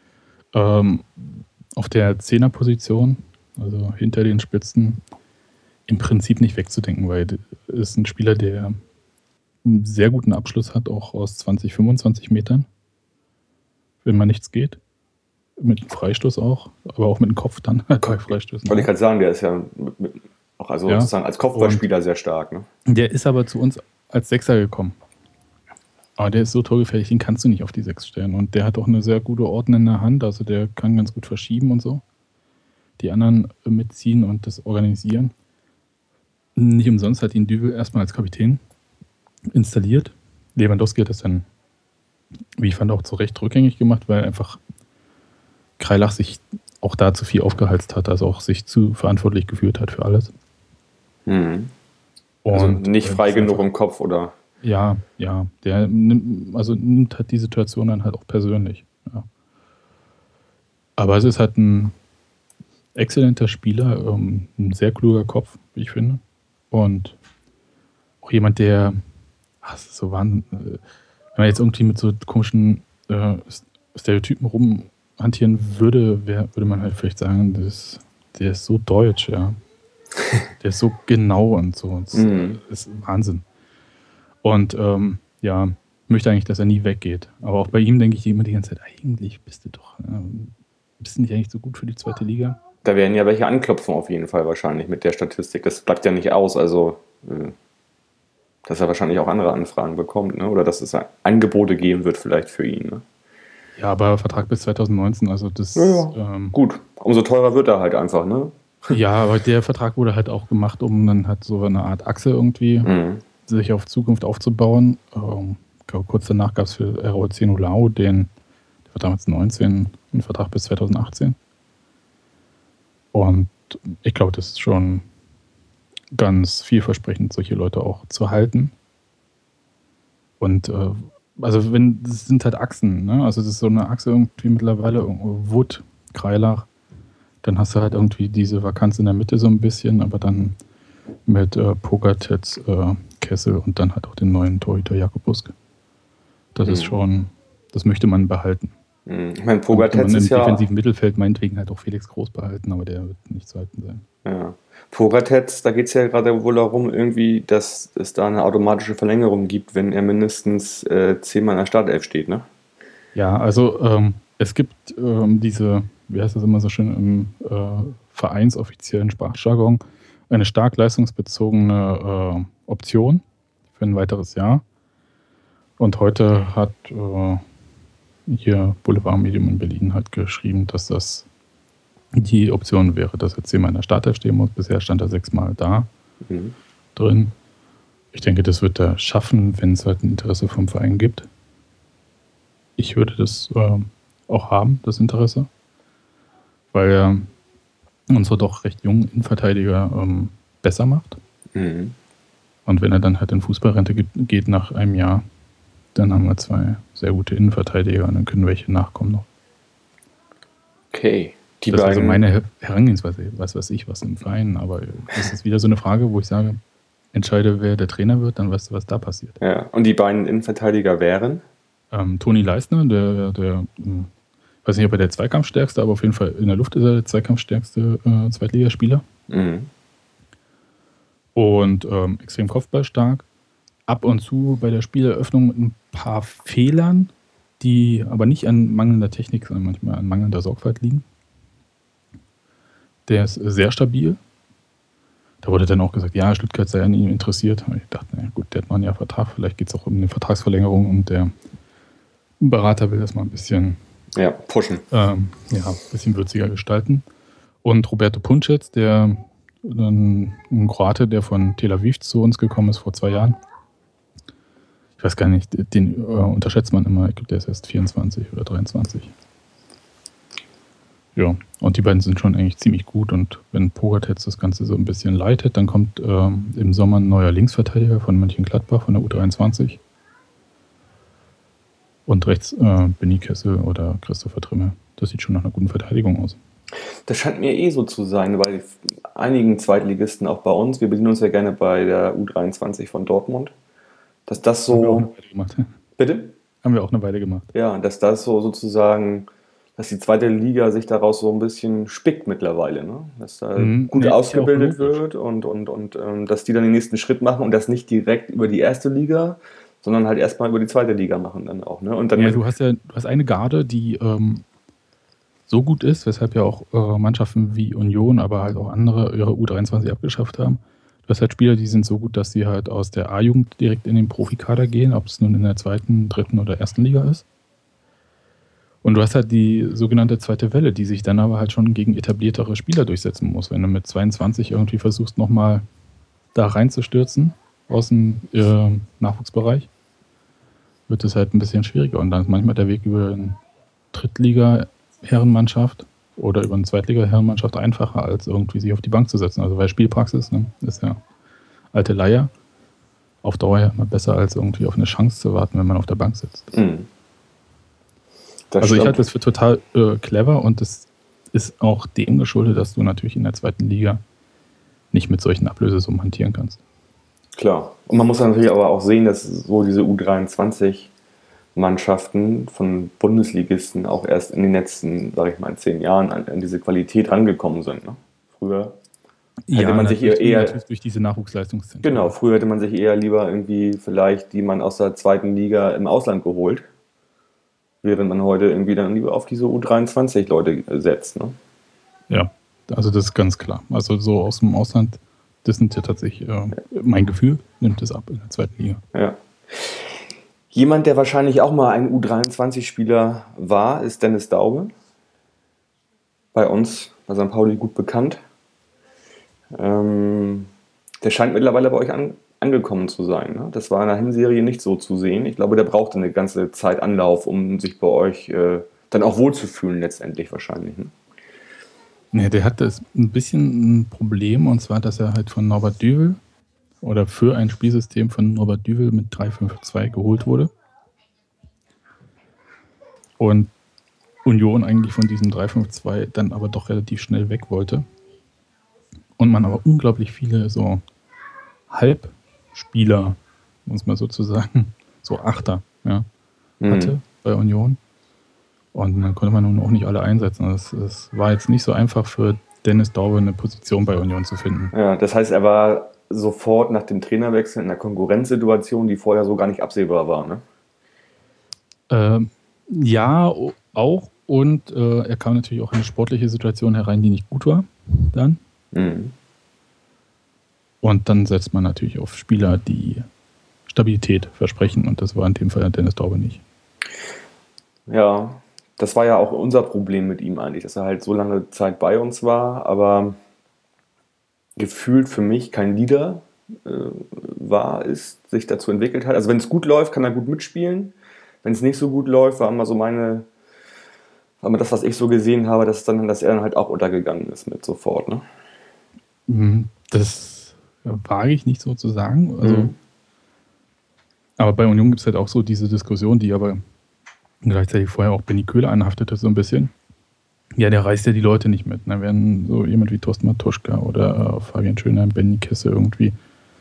auf der Zehnerposition, also hinter den Spitzen, im Prinzip nicht wegzudenken, weil er ist ein Spieler, der einen sehr guten Abschluss hat, auch aus 20, 25 Metern, wenn mal nichts geht. Mit einem Freistoß auch, aber auch mit dem Kopf dann bei Freistößen. Wollte ich gerade sagen, der ist ja sozusagen als Kopfballspieler sehr stark. Ne? Der ist aber zu uns als Sechser gekommen. Aber der ist so torgefährlich, den kannst du nicht auf die 6 stellen. Und der hat auch eine sehr gute Ordnung in der Hand, also der kann ganz gut verschieben und so. Die anderen mitziehen und das organisieren. Nicht umsonst hat ihn Düvel erstmal als Kapitän installiert. Lewandowski hat das dann, wie ich fand, auch zu Recht rückgängig gemacht, weil einfach Kreilach sich auch da zu viel aufgehalst hat, also auch sich zu verantwortlich gefühlt hat für alles. Und also nicht frei genug im Kopf, oder? Ja, der nimmt halt die Situation dann halt auch persönlich. Ja. Aber es ist halt ein exzellenter Spieler, ein sehr kluger Kopf, wie ich finde. Und auch jemand, der, das ist so Wahnsinn, wenn man jetzt irgendwie mit so komischen Stereotypen rumhantieren würde, würde man halt vielleicht sagen, der ist so deutsch, ja. Der ist so genau und so. Das ist Wahnsinn. Und möchte eigentlich, dass er nie weggeht. Aber auch bei ihm denke ich immer die ganze Zeit, eigentlich bist du nicht eigentlich so gut für die zweite Liga? Da werden ja welche anklopfen auf jeden Fall wahrscheinlich mit der Statistik. Das bleibt ja nicht aus, also dass er wahrscheinlich auch andere Anfragen bekommt, ne? Oder dass es Angebote geben wird vielleicht für ihn. Ne? Ja, aber Vertrag bis 2019, also das... gut, umso teurer wird er halt einfach, ne? Ja, aber der Vertrag wurde halt auch gemacht, um dann halt so eine Art Achse irgendwie sich auf Zukunft aufzubauen. Kurz danach gab es für ROC Nulau, der war damals 19, einen Vertrag bis 2018. Und ich glaube, das ist schon ganz vielversprechend, solche Leute auch zu halten. Und das sind halt Achsen, ne? Also das ist so eine Achse irgendwie mittlerweile, Wood, Kreilach. Dann hast du halt irgendwie diese Vakanz in der Mitte so ein bisschen, aber dann mit Pogatetz, Kessel und dann halt auch den neuen Torhüter Jakob Busk. Das ist schon, das möchte man behalten. Ich meine, Pogatetz ist ja... im defensiven Mittelfeld meinetwegen halt auch Felix Groß behalten, aber der wird nicht zu halten sein. Ja. Pogatetz, da geht es ja gerade wohl darum, irgendwie, dass es da eine automatische Verlängerung gibt, wenn er mindestens 10-mal in der Startelf steht, ne? Ja, also es gibt diese, wie heißt das immer so schön im vereinsoffiziellen Sprachjargon, eine stark leistungsbezogene Option für ein weiteres Jahr. Und heute hat hier Boulevardmedium in Berlin halt geschrieben, dass das die Option wäre, dass er 10-mal in der Startelf stehen muss. Bisher stand er 6-mal da drin. Ich denke, das wird er schaffen, wenn es halt ein Interesse vom Verein gibt. Ich würde das auch haben, das Interesse, weil er unsere doch recht jungen Innenverteidiger besser macht. Und wenn er dann halt in Fußballrente geht nach einem Jahr, dann haben wir 2 sehr gute Innenverteidiger und dann können welche nachkommen noch. Okay. Das ist also meine Herangehensweise, was im Verein, aber das ist wieder so eine Frage, wo ich sage, entscheide, wer der Trainer wird, dann weißt du, was da passiert. Ja, und die beiden Innenverteidiger wären? Toni Leistner, der ich weiß nicht, ob er der Zweikampfstärkste, aber auf jeden Fall in der Luft ist er der Zweikampfstärkste Zweitligaspieler. Und extrem kopfballstark. Ab und zu bei der Spieleröffnung mit ein paar Fehlern, die aber nicht an mangelnder Technik, sondern manchmal an mangelnder Sorgfalt liegen. Der ist sehr stabil. Da wurde dann auch gesagt, ja, Stuttgart sei an ihm interessiert. Ich dachte, na gut, der hat noch ein Jahr Vertrag, vielleicht geht es auch um eine Vertragsverlängerung und der Berater will das mal ein bisschen pushen. Ein bisschen würziger gestalten. Und Roberto Puncic, der ein Kroate, der von Tel Aviv zu uns gekommen ist vor 2 Jahren. Ich weiß gar nicht, den unterschätzt man immer. Ich glaube, der ist erst 24 oder 23. Ja, und die beiden sind schon eigentlich ziemlich gut. Und wenn Pogatetz das Ganze so ein bisschen leitet, dann kommt im Sommer ein neuer Linksverteidiger von Mönchengladbach, von der U23. Und rechts Benny Kessel oder Christopher Trimmel. Das sieht schon nach einer guten Verteidigung aus. Das scheint mir so zu sein, weil einigen Zweitligisten, auch bei uns, wir bedienen uns ja gerne bei der U23 von Dortmund, dass das so... Haben wir auch eine Weile gemacht. Bitte? Haben wir auch eine Weile gemacht. Ja, dass das so sozusagen, dass die zweite Liga sich daraus so ein bisschen spickt mittlerweile, ne? Dass da gut ausgebildet wird und dass die dann den nächsten Schritt machen und das nicht direkt über die erste Liga, sondern halt erstmal über die zweite Liga machen dann auch. Ne? Und dann du hast eine Garde, die so gut ist, weshalb ja auch Mannschaften wie Union, aber halt auch andere ihre U23 abgeschafft haben. Du hast halt Spieler, die sind so gut, dass sie halt aus der A-Jugend direkt in den Profikader gehen, ob es nun in der 2., 3. oder 1. Liga ist. Und du hast halt die sogenannte zweite Welle, die sich dann aber halt schon gegen etabliertere Spieler durchsetzen muss. Wenn du mit 22 irgendwie versuchst, nochmal da reinzustürzen aus dem Nachwuchsbereich, wird es halt ein bisschen schwieriger. Und dann ist manchmal der Weg über eine Drittliga-Herrenmannschaft oder über eine Zweitliga-Herrenmannschaft einfacher, als irgendwie sich auf die Bank zu setzen. Also weil Spielpraxis, ne, ist ja alte Leier. Auf Dauer ja immer besser, als irgendwie auf eine Chance zu warten, wenn man auf der Bank sitzt. Also ich halte das für total clever und das ist auch dem geschuldet, dass du natürlich in der 2. Liga nicht mit solchen Ablösesummen hantieren kannst. Klar. Und man muss natürlich aber auch sehen, dass so diese U23-Mannschaften von Bundesligisten auch erst in den letzten, sage ich mal, 10 Jahren an diese Qualität rangekommen sind. Ne? Früher hätte man sich eher durch diese Nachwuchsleistungszentren. Genau, früher hätte man sich eher lieber irgendwie vielleicht jemanden aus der 2. Liga im Ausland geholt, während man heute irgendwie dann lieber auf diese U23-Leute setzt. Ne? Ja, also das ist ganz klar. Also so aus dem Ausland, das nimmt ja tatsächlich, mein Gefühl, nimmt es ab in der 2. Liga. Ja. Jemand, der wahrscheinlich auch mal ein U23-Spieler war, ist Dennis Daube. Bei uns, bei St. Pauli gut bekannt. Der scheint mittlerweile bei euch angekommen zu sein. Ne? Das war in der Hinserie nicht so zu sehen. Ich glaube, der brauchte eine ganze Zeit Anlauf, um sich bei euch dann auch wohlzufühlen letztendlich wahrscheinlich. Ne? Ne, der hatte ein bisschen ein Problem, und zwar, dass er halt von Norbert Düvel oder für ein Spielsystem von Norbert Düvel mit 3-5-2 geholt wurde. Und Union eigentlich von diesem 3-5-2 dann aber doch relativ schnell weg wollte. Und man aber unglaublich viele so Halbspieler, muss man sozusagen, so Achter, ja, hatte bei Union. Und dann konnte man nun auch nicht alle einsetzen. Es war jetzt nicht so einfach für Dennis Daube eine Position bei Union zu finden. Ja, das heißt, er war sofort nach dem Trainerwechsel in einer Konkurrenzsituation, die vorher so gar nicht absehbar war, ne? Ja, auch. Und er kam natürlich auch in eine sportliche Situation herein, die nicht gut war dann. Und dann setzt man natürlich auf Spieler, die Stabilität versprechen. Und das war in dem Fall Dennis Daube nicht. Ja, das war ja auch unser Problem mit ihm eigentlich, dass er halt so lange Zeit bei uns war, aber gefühlt für mich kein Leader sich dazu entwickelt hat. Also wenn es gut läuft, kann er gut mitspielen. Wenn es nicht so gut läuft, war immer das, was ich so gesehen habe, dass er dann halt auch untergegangen ist mit sofort. Ne? Das wage ich nicht so zu sagen. Also, aber bei Union gibt es halt auch so diese Diskussion, die aber gleichzeitig vorher auch Benny Köhler anhaftete so ein bisschen. Ja, der reißt ja die Leute nicht mit. Ne? Wenn so jemand wie Thorsten Matuschka oder Fabian Schönheim, Benny Kesse irgendwie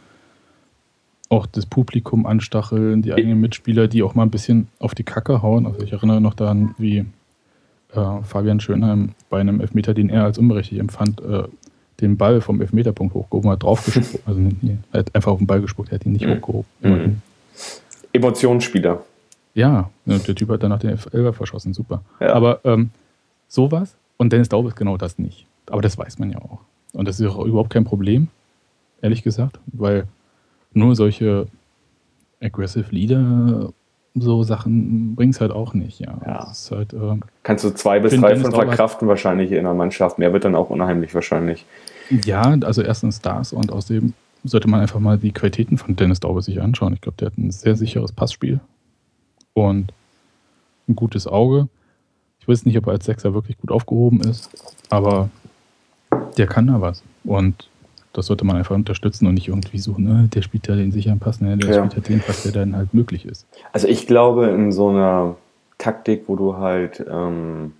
auch das Publikum anstacheln, die eigenen Mitspieler, die auch mal ein bisschen auf die Kacke hauen. Also ich erinnere noch daran, wie Fabian Schönheim bei einem Elfmeter, den er als unberechtigt empfand, den Ball vom Elfmeterpunkt hochgehoben hat, draufgespuckt. Also er hat einfach auf den Ball gespuckt, er hat ihn nicht hochgehoben. Emotionsspieler. Ja, der Typ hat danach den Elfer verschossen, super. Ja. Aber sowas, und Dennis Daube ist genau das nicht. Aber das weiß man ja auch. Und das ist auch überhaupt kein Problem, ehrlich gesagt, weil nur solche aggressive Leader so Sachen bringt es halt auch nicht. Ja. Das ist halt, kannst du 2 bis 3 von verkraften wahrscheinlich in einer Mannschaft. Mehr wird dann auch unheimlich wahrscheinlich. Ja, also erstens das und außerdem sollte man einfach mal die Qualitäten von Dennis Daube sich anschauen. Ich glaube, der hat ein sehr sicheres Passspiel und ein gutes Auge. Ich weiß nicht, ob er als Sechser wirklich gut aufgehoben ist, aber der kann da was. Und das sollte man einfach unterstützen und nicht irgendwie so, ne, der spielt ja den sicheren Pass, ne, der spielt ja den Pass, der dann halt möglich ist. Also ich glaube, in so einer Taktik, wo du halt so einen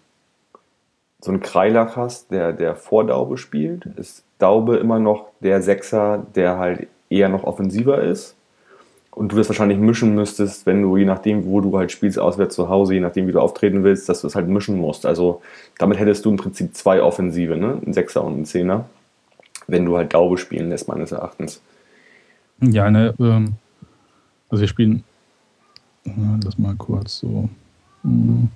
Kreilach hast, der vor Daube spielt, ist Daube immer noch der Sechser, der halt eher noch offensiver ist. Und du das wahrscheinlich mischen müsstest, wenn du, je nachdem, wo du halt spielst, auswärts zu Hause, je nachdem, wie du auftreten willst, dass du es halt mischen musst. Also damit hättest du im Prinzip 2 Offensive, ne? Ein Sechser und ein Zehner, wenn du halt Daube spielen lässt, meines Erachtens. Ja, ne, also wir spielen, lass mal kurz so, man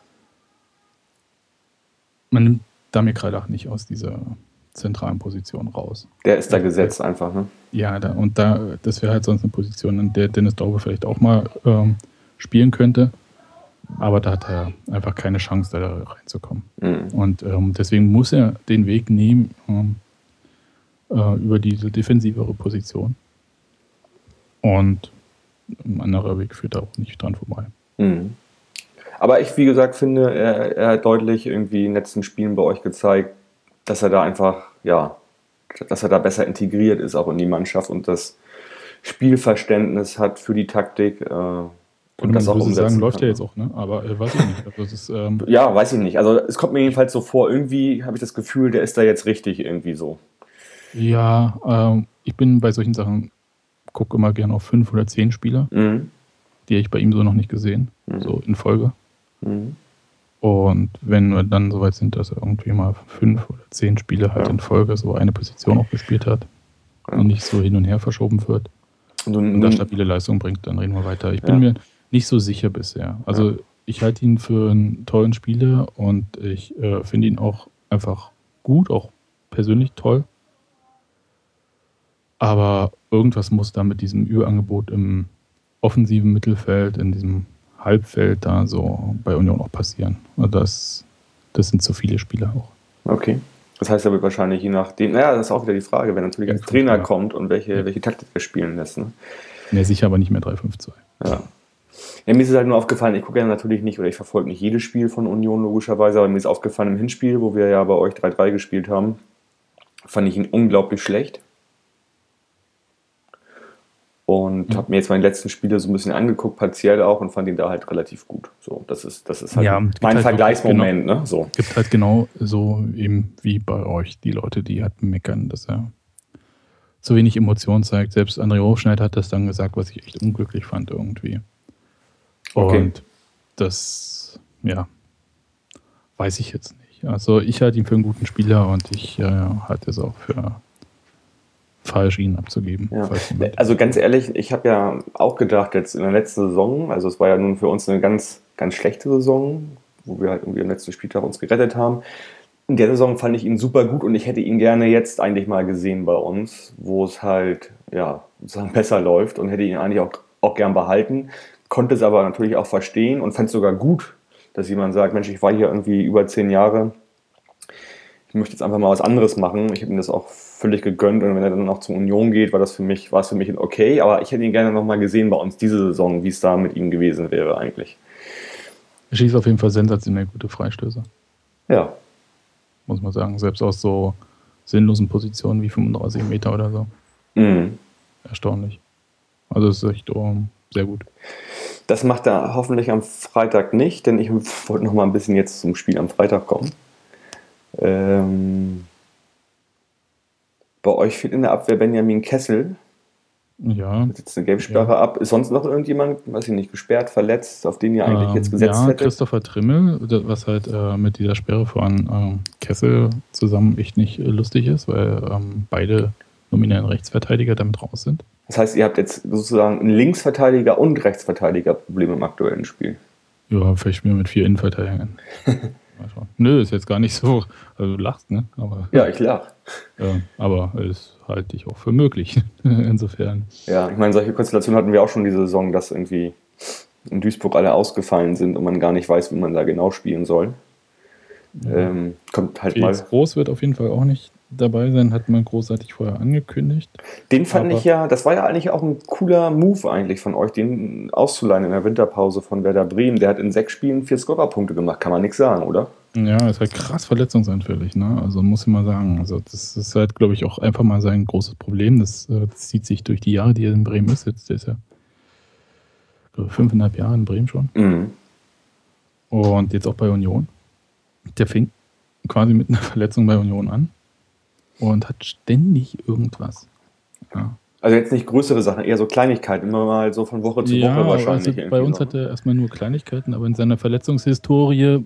nimmt Damir Kreilach nicht aus dieser zentralen Position raus. Der ist da gesetzt einfach, ne? Ja, das wäre halt sonst eine Position, in der Dennis Daube vielleicht auch mal spielen könnte, aber da hat er einfach keine Chance, da reinzukommen. Und deswegen muss er den Weg nehmen, über diese defensivere Position. Und ein anderer Weg führt da auch nicht dran vorbei. Aber ich, wie gesagt, finde, er hat deutlich irgendwie in den letzten Spielen bei euch gezeigt, dass er da einfach, dass er da besser integriert ist, auch in die Mannschaft und das Spielverständnis hat für die Taktik. Und das auch umsetzen sagen, läuft ja jetzt auch, ne? Aber weiß ich nicht. Also das ist, ja, weiß ich nicht. Also es kommt mir jedenfalls so vor, irgendwie habe ich das Gefühl, der ist da jetzt richtig irgendwie so. Ja, ich bin bei solchen Sachen, gucke immer gerne auf 5 oder 10 Spieler. Die habe ich bei ihm so noch nicht gesehen, so in Folge. Und wenn wir dann soweit sind, dass er irgendwie mal 5 oder 10 Spiele halt in Folge so eine Position auch gespielt hat und nicht so hin und her verschoben wird und da stabile Leistung bringt, dann reden wir weiter. Ich bin mir nicht so sicher bisher. Also ich halte ihn für einen tollen Spieler und ich finde ihn auch einfach gut, auch persönlich toll. Aber irgendwas muss da mit diesem Überangebot im offensiven Mittelfeld, in diesem Halbfeld da so bei Union auch passieren. Das sind zu viele Spieler auch. Okay. Das heißt, er wird wahrscheinlich je nachdem, das ist auch wieder die Frage, wenn natürlich ein Trainer kommt und welche Taktik er spielen lässt. Ne? Nee, sicher aber nicht mehr 3-5-2. Ja, mir ist es halt nur aufgefallen, ich gucke ja natürlich nicht oder ich verfolge nicht jedes Spiel von Union logischerweise, aber mir ist aufgefallen im Hinspiel, wo wir ja bei euch 3-3 gespielt haben, fand ich ihn unglaublich schlecht. Und habe mir jetzt meine letzten Spiele so ein bisschen angeguckt, partiell auch, und fand ihn da halt relativ gut. So, das ist halt mein halt Vergleichsmoment. Genau, ne? So. Gibt halt genau so eben wie bei euch die Leute, die halt meckern, dass er zu wenig Emotion zeigt. Selbst André Hofschneider hat das dann gesagt, was ich echt unglücklich fand irgendwie. Und das, weiß ich jetzt nicht. Also ich halte ihn für einen guten Spieler und ich halte es auch für falsch, ihn abzugeben. Ja. Also ganz ehrlich, ich habe ja auch gedacht, jetzt in der letzten Saison, also es war ja nun für uns eine ganz, ganz schlechte Saison, wo wir halt irgendwie am letzten Spieltag uns gerettet haben, in der Saison fand ich ihn super gut und ich hätte ihn gerne jetzt eigentlich mal gesehen bei uns, wo es halt ja sozusagen besser läuft und hätte ihn eigentlich auch gern behalten, konnte es aber natürlich auch verstehen und fand es sogar gut, dass jemand sagt, Mensch, ich war hier irgendwie über 10 Jahre, ich möchte jetzt einfach mal was anderes machen. Ich habe ihm das auch völlig gegönnt und wenn er dann auch zur Union geht, war es für mich okay, aber ich hätte ihn gerne nochmal gesehen bei uns diese Saison, wie es da mit ihm gewesen wäre eigentlich. Er schießt auf jeden Fall sensationell gute Freistöße. Ja. Muss man sagen. Selbst aus so sinnlosen Positionen wie 35 Meter oder so. Erstaunlich. Also es ist echt sehr gut. Das macht er hoffentlich am Freitag nicht, denn ich wollte noch mal ein bisschen jetzt zum Spiel am Freitag kommen. Bei euch fehlt in der Abwehr Benjamin Kessel. Ja. Jetzt eine Gelbsperre ab. Ist sonst noch irgendjemand, weiß ich nicht, gesperrt, verletzt, auf den ihr eigentlich jetzt gesetzt hättet? Christopher Trimmel, was halt mit dieser Sperre von Kessel zusammen echt nicht lustig ist, weil beide nominellen Rechtsverteidiger damit raus sind. Das heißt, ihr habt jetzt sozusagen einen Linksverteidiger und Rechtsverteidiger-Problem im aktuellen Spiel. Ja, vielleicht mir mit 4 Innenverteidigern. Nö, ist jetzt gar nicht so. Also du lachst, ne? Aber, ja, ich lach. Aber es halte ich auch für möglich. Insofern. Ja, ich meine, solche Konstellationen hatten wir auch schon diese Saison, dass irgendwie in Duisburg alle ausgefallen sind und man gar nicht weiß, wie man da genau spielen soll. Ja. Kommt halt Felix mal. Groß wird auf jeden Fall auch nicht dabei sein, hat man großartig vorher angekündigt. Den fand ich ja, das war ja eigentlich auch ein cooler Move eigentlich von euch, den auszuleihen in der Winterpause von Werder Bremen. Der hat in 6 Spielen 4 Scorerpunkte gemacht, kann man nichts sagen, oder? Ja, ist halt krass verletzungsanfällig, ne? Also muss ich mal sagen. Also das ist halt, glaube ich, auch einfach mal sein großes Problem. Das zieht sich durch die Jahre, die er in Bremen ist. Jetzt ist er, glaube ich, 5,5 Jahre in Bremen schon. Und jetzt auch bei Union. Der fing quasi mit einer Verletzung bei Union an und hat ständig irgendwas. Ja. Also jetzt nicht größere Sachen, eher so Kleinigkeiten, immer mal so von Woche zu Woche wahrscheinlich. Also bei uns hat er erstmal nur Kleinigkeiten, aber in seiner Verletzungshistorie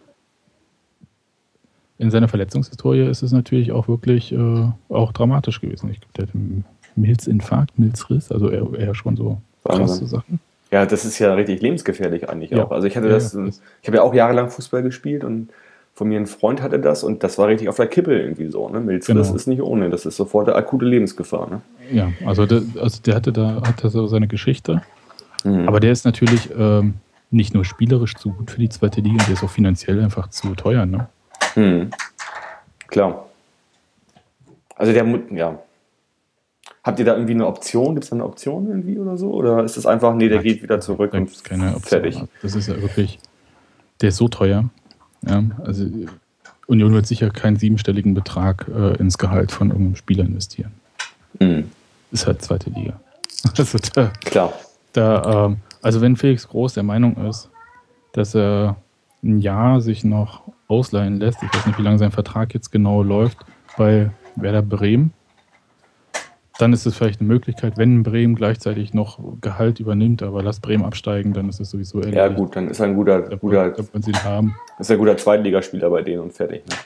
ist es natürlich auch wirklich auch dramatisch gewesen. Ich glaube, der hat einen Milzinfarkt, Milzriss, also eher schon so krasse Sachen. Ja, das ist ja richtig lebensgefährlich eigentlich auch. Also ich hatte ich habe ja auch jahrelang Fußball gespielt und von mir ein Freund hatte das und das war richtig auf der Kippe irgendwie so. Ne? Milzriss ist nicht ohne, das ist sofort eine akute Lebensgefahr. Ne? Ja, also der hatte so seine Geschichte, aber der ist natürlich nicht nur spielerisch zu gut für die zweite Liga, der ist auch finanziell einfach zu teuer. Ne? Klar. Also habt ihr da irgendwie eine Option? Gibt es da eine Option irgendwie oder so? Oder ist das einfach, der geht wieder zurück und keine Option. Fertig? Das ist ja wirklich, der ist so teuer. Ja, also Union wird sicher keinen 7-stelligen Betrag ins Gehalt von irgendeinem Spieler investieren. Ist halt zweite Liga. Also klar. Also wenn Felix Groß der Meinung ist, dass er ein Jahr sich noch ausleihen lässt, ich weiß nicht, wie lange sein Vertrag jetzt genau läuft, bei Werder Bremen, dann ist es vielleicht eine Möglichkeit, wenn Bremen gleichzeitig noch Gehalt übernimmt, aber lasst Bremen absteigen, dann ist es sowieso erledigt. Ja gut, dann ist er ein guter Zweitligaspieler bei denen und fertig. Ne?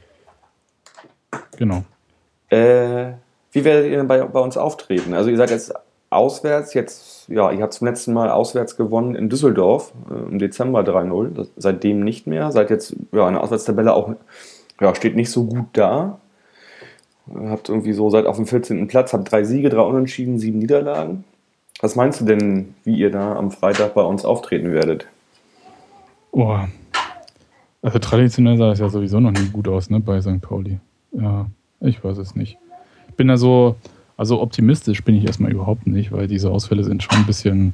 Genau. Wie werdet ihr denn bei uns auftreten? Also ihr seid jetzt auswärts, ihr habt zum letzten Mal auswärts gewonnen in Düsseldorf im Dezember 3-0, seitdem nicht mehr, seid jetzt in der Auswärtstabelle auch, steht nicht so gut da. Habt irgendwie so, seid auf dem 14. Platz, habt 3 Siege, 3 Unentschieden, 7 Niederlagen. Was meinst du denn, wie ihr da am Freitag bei uns auftreten werdet? Also traditionell sah es ja sowieso noch nie gut aus, ne, bei St. Pauli. Ja, ich weiß es nicht. Ich bin da also optimistisch bin ich erstmal überhaupt nicht, weil diese Ausfälle sind schon ein bisschen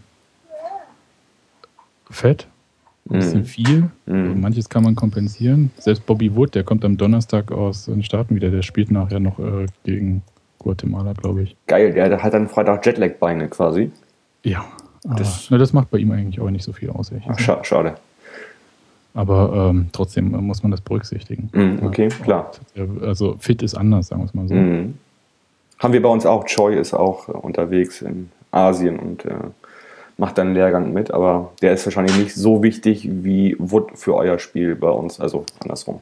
fett. Ein bisschen viel. Manches kann man kompensieren. Selbst Bobby Wood, der kommt am Donnerstag aus den Staaten wieder. Der spielt nachher noch gegen Guatemala, glaube ich. Geil, der hat dann Freitag Jetlag-Beine quasi. Ja. Das macht bei ihm eigentlich auch nicht so viel aus. Schade. Aber trotzdem muss man das berücksichtigen. Okay, klar. Also fit ist anders, sagen wir es mal so. Haben wir bei uns auch. Choi ist auch unterwegs in Asien und macht dann einen Lehrgang mit, aber der ist wahrscheinlich nicht so wichtig wie Wood für euer Spiel bei uns, also andersrum.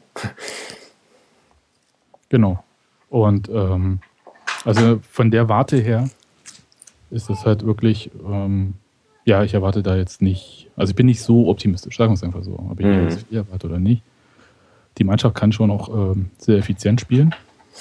Genau. Und also von der Warte her ist es halt wirklich, ich erwarte da jetzt nicht, also ich bin nicht so optimistisch, sagen wir es einfach so, ob ich jetzt viel erwarte oder nicht. die Mannschaft kann schon auch sehr effizient spielen.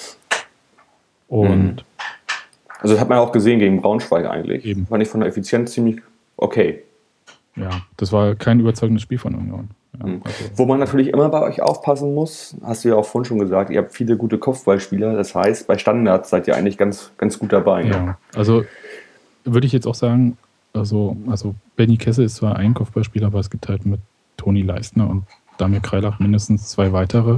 Und also das hat man auch gesehen gegen Braunschweig eigentlich. Eben. Fand ich von der Effizienz ziemlich okay. Ja, das war kein überzeugendes Spiel von Union. Ja, also. Wo man natürlich immer bei euch aufpassen muss, hast du ja auch vorhin schon gesagt, ihr habt viele gute Kopfballspieler, das heißt, bei Standards seid ihr eigentlich ganz, ganz gut dabei. Ja, ne? Also würde ich jetzt auch sagen, also Benny Kesse ist zwar ein Kopfballspieler, aber es gibt halt mit Toni Leistner und Damir Kreilach mindestens 2 weitere.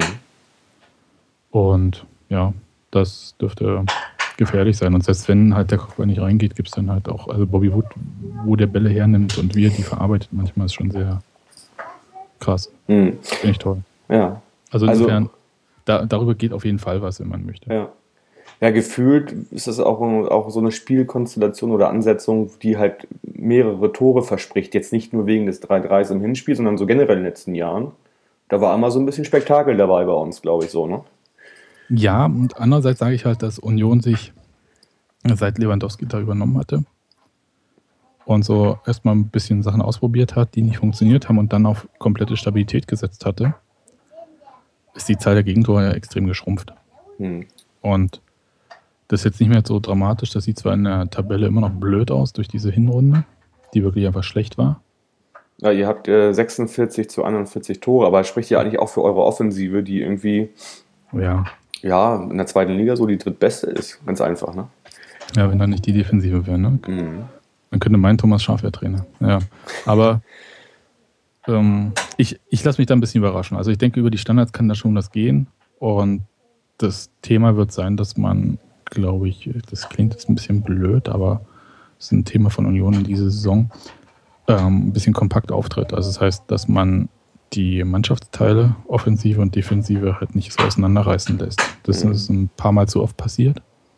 Und ja, das dürfte gefährlich sein. Und selbst wenn halt der Kopfball nicht reingeht, gibt es dann halt auch, also Bobby Wood, wo der Bälle hernimmt und wie er die verarbeitet, manchmal ist schon sehr krass. Finde ich toll. Ja. Also insofern, darüber geht auf jeden Fall was, wenn man möchte. Ja. Ja, gefühlt ist das auch so eine Spielkonstellation oder Ansetzung, die halt mehrere Tore verspricht. Jetzt nicht nur wegen des 3-3s im Hinspiel, sondern so generell in den letzten Jahren. Da war immer so ein bisschen Spektakel dabei bei uns, glaube ich, so, ne? Ja, und andererseits sage ich halt, dass Union sich seit Lewandowski da übernommen hatte und so erstmal ein bisschen Sachen ausprobiert hat, die nicht funktioniert haben und dann auf komplette Stabilität gesetzt hatte, ist die Zahl der Gegentore ja extrem geschrumpft. Und das ist jetzt nicht mehr so dramatisch, das sieht zwar in der Tabelle immer noch blöd aus durch diese Hinrunde, die wirklich einfach schlecht war. Ja, ihr habt 46 zu 41 Tore, aber das spricht ja eigentlich auch für eure Offensive, die irgendwie ja, in der zweiten Liga so die drittbeste ist. Ganz einfach, ne? Ja, wenn dann nicht die Defensive wäre, ne? Dann könnte mein Thomas Schaaf ja Trainer. Ja, aber ich lasse mich da ein bisschen überraschen. Also ich denke, über die Standards kann da schon was gehen. Und das Thema wird sein, dass man, glaube ich, das klingt jetzt ein bisschen blöd, aber das ist ein Thema von Union in dieser Saison, ein bisschen kompakt auftritt. Also das heißt, dass man die Mannschaftsteile, Offensive und Defensive, halt nicht so auseinanderreißen lässt. Das ist ein paar Mal zu oft passiert.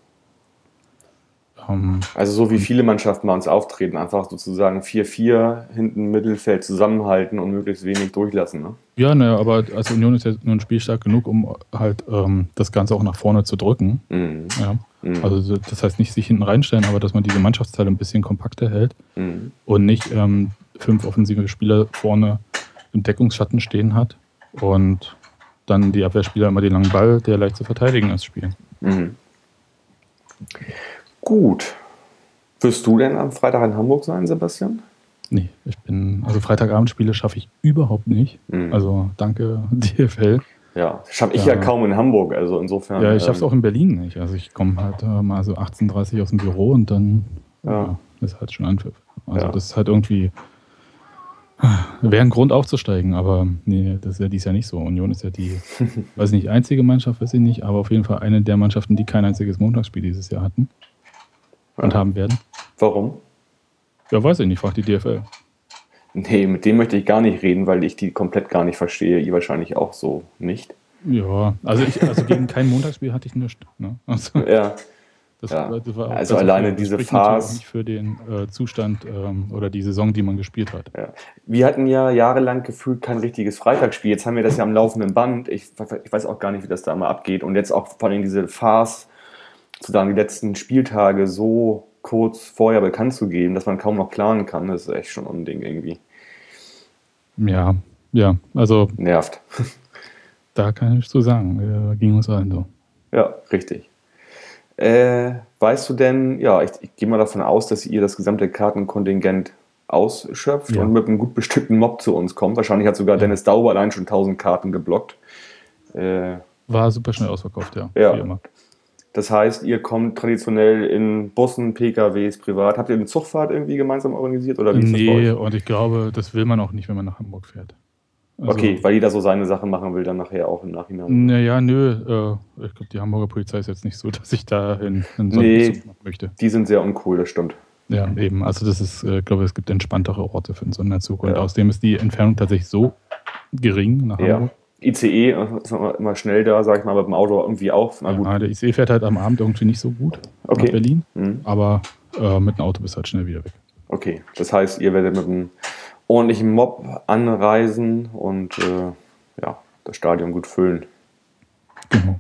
Also so wie viele Mannschaften bei uns auftreten, einfach sozusagen 4-4 hinten im Mittelfeld zusammenhalten und möglichst wenig durchlassen. Ne? Ja, ne, aber als Union ist ja nun spielstark genug, um halt das Ganze auch nach vorne zu drücken. Ja. Also das heißt nicht sich hinten reinstellen, aber dass man diese Mannschaftsteile ein bisschen kompakter hält und nicht 5 offensive Spieler vorne im Deckungsschatten stehen hat und dann die Abwehrspieler immer den langen Ball, der leicht zu verteidigen ist, spielen. Gut. Wirst du denn am Freitag in Hamburg sein, Sebastian? Nee, also Freitagabendspiele schaffe ich überhaupt nicht. Also danke DFL. Ja, schaffe ich ja kaum in Hamburg, also insofern. Ja, ich schaffe es auch in Berlin nicht. Also ich komme halt mal so 18:30 aus dem Büro und dann ist halt schon Anpfiff. Also das ist halt irgendwie, wäre ein Grund aufzusteigen, aber nee, das ist ja dies Jahr nicht so. Union ist ja die, weiß nicht, einzige Mannschaft, weiß ich nicht, aber auf jeden Fall eine der Mannschaften, die kein einziges Montagsspiel dieses Jahr hatten und haben werden. Warum? Ja, weiß ich nicht, frag die DFL. Nee, mit dem möchte ich gar nicht reden, weil ich die komplett gar nicht verstehe. Ihr wahrscheinlich auch so nicht. Ja, also gegen kein Montagsspiel hatte ich nichts. Ne? Also, das war auch, also alleine diese Phase. Nicht für den Zustand oder die Saison, die man gespielt hat. Ja. Wir hatten ja jahrelang gefühlt kein richtiges Freitagsspiel. Jetzt haben wir das ja am laufenden Band. Ich weiß auch gar nicht, wie das da mal abgeht. Und jetzt auch vor allem diese Phase, sozusagen die letzten Spieltage so kurz vorher bekannt zu geben, dass man kaum noch planen kann, das ist echt schon ein Unding irgendwie. Ja, also nervt. Da kann ich zu sagen, ging uns allen so. Ja, richtig. Weißt du denn, ich gehe mal davon aus, dass ihr das gesamte Kartenkontingent ausschöpft und mit einem gut bestückten Mob zu uns kommt. Wahrscheinlich hat sogar Dennis Dauber allein schon 1000 Karten geblockt. War super schnell ausverkauft, ja. Wie immer. Das heißt, ihr kommt traditionell in Bussen, PKWs, privat. Habt ihr eine Zugfahrt irgendwie gemeinsam organisiert? Oder wie ist das bei euch? Und ich glaube, das will man auch nicht, wenn man nach Hamburg fährt. Also, okay, weil jeder so seine Sachen machen will, dann nachher auch im Nachhinein. Naja, ich glaube, die Hamburger Polizei ist jetzt nicht so, dass ich da in so einen Zug machen möchte. Die sind sehr uncool, das stimmt. Ja, eben. Also das ist, glaube ich, es gibt entspanntere Orte für einen Sonderzug. Und außerdem ist die Entfernung tatsächlich so gering nach Hamburg. ICE ist immer schnell da, sag ich mal, mit dem Auto irgendwie auch. Na gut. Der ICE fährt halt am Abend irgendwie nicht so gut nach Berlin, aber mit dem Auto bist du halt schnell wieder weg. Okay, das heißt, ihr werdet mit einem ordentlichen Mob anreisen und das Stadion gut füllen. Genau.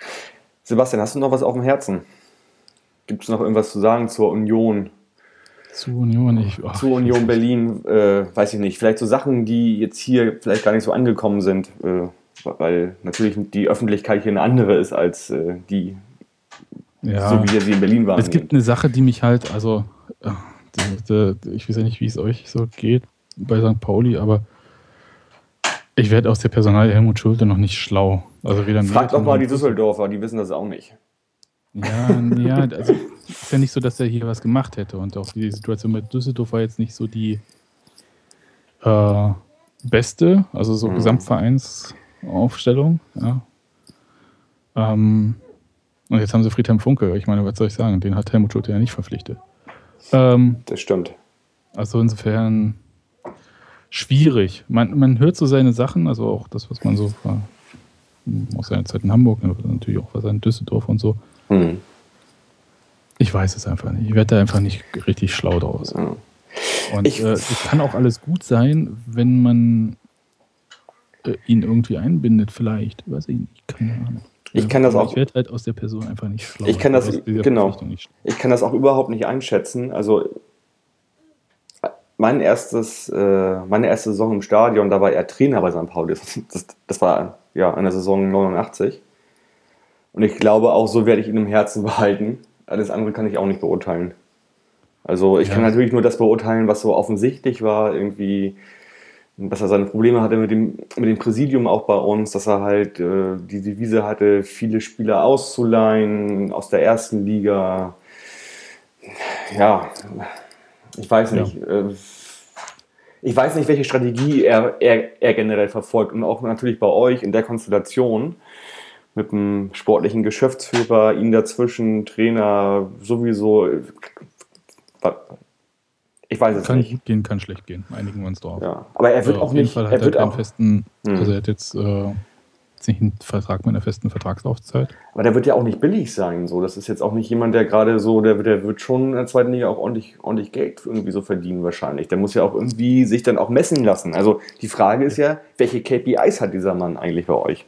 Sebastian, hast du noch was auf dem Herzen? Gibt es noch irgendwas zu sagen zur Union? Zu Union, zu Union Berlin, weiß ich nicht. Vielleicht so Sachen, die jetzt hier vielleicht gar nicht so angekommen sind, weil natürlich die Öffentlichkeit hier eine andere ist als die, ja, so wie sie in Berlin waren. Es gibt eine Sache, die mich halt, also ich weiß ja nicht, wie es euch so geht bei St. Pauli, aber ich werde aus der Personalie Helmut Schulte noch nicht schlau. Also weder Fragt doch mal die Düsseldorfer, die wissen das auch nicht. Ja, also ist ja nicht so, dass er hier was gemacht hätte. Und auch die Situation mit Düsseldorf war jetzt nicht so die beste, also so Gesamtvereinsaufstellung. Ja. Und jetzt haben sie Friedhelm Funke. Ich meine, was soll ich sagen? Den hat Helmut Schulte ja nicht verpflichtet. Das stimmt. Also insofern schwierig. Man hört so seine Sachen, also auch das, was man so aus seiner Zeit in Hamburg, natürlich auch was in Düsseldorf und so. Ich weiß es einfach nicht. Ich werde da einfach nicht richtig schlau draus. Und es kann auch alles gut sein, wenn man ihn irgendwie einbindet, vielleicht. Weiß ich nicht, keine Ahnung. Ich werde halt aus der Person einfach nicht schlau. Ich kann das auch überhaupt nicht einschätzen. Also meine erste Saison im Stadion, da war er Trainer bei St. Pauli. Das war ja in der Saison 89. Und ich glaube, auch so werde ich ihn im Herzen behalten. Alles andere kann ich auch nicht beurteilen. Also ich kann natürlich nur das beurteilen, was so offensichtlich war, irgendwie, dass er seine Probleme hatte mit dem Präsidium auch bei uns, dass er halt die Devise hatte, viele Spieler auszuleihen aus der ersten Liga. Ja, ich weiß nicht. Ich weiß nicht, welche Strategie er generell verfolgt und auch natürlich bei euch in der Konstellation mit dem sportlichen Geschäftsführer, ihn dazwischen, Trainer, sowieso. Ich weiß es nicht. Kann gut gehen, kann schlecht gehen. Einigen wir uns drauf. Ja, aber er wird auch nicht. Auf jeden Fall hat er keinen festen. Also er hat jetzt nicht einen Vertrag mit einer festen Vertragslaufzeit. Aber der wird ja auch nicht billig sein. So, das ist jetzt auch nicht jemand, der gerade so, der wird schon in der zweiten Liga auch ordentlich Geld irgendwie so verdienen wahrscheinlich. Der muss ja auch irgendwie sich dann auch messen lassen. Also die Frage ist ja, welche KPIs hat dieser Mann eigentlich bei euch?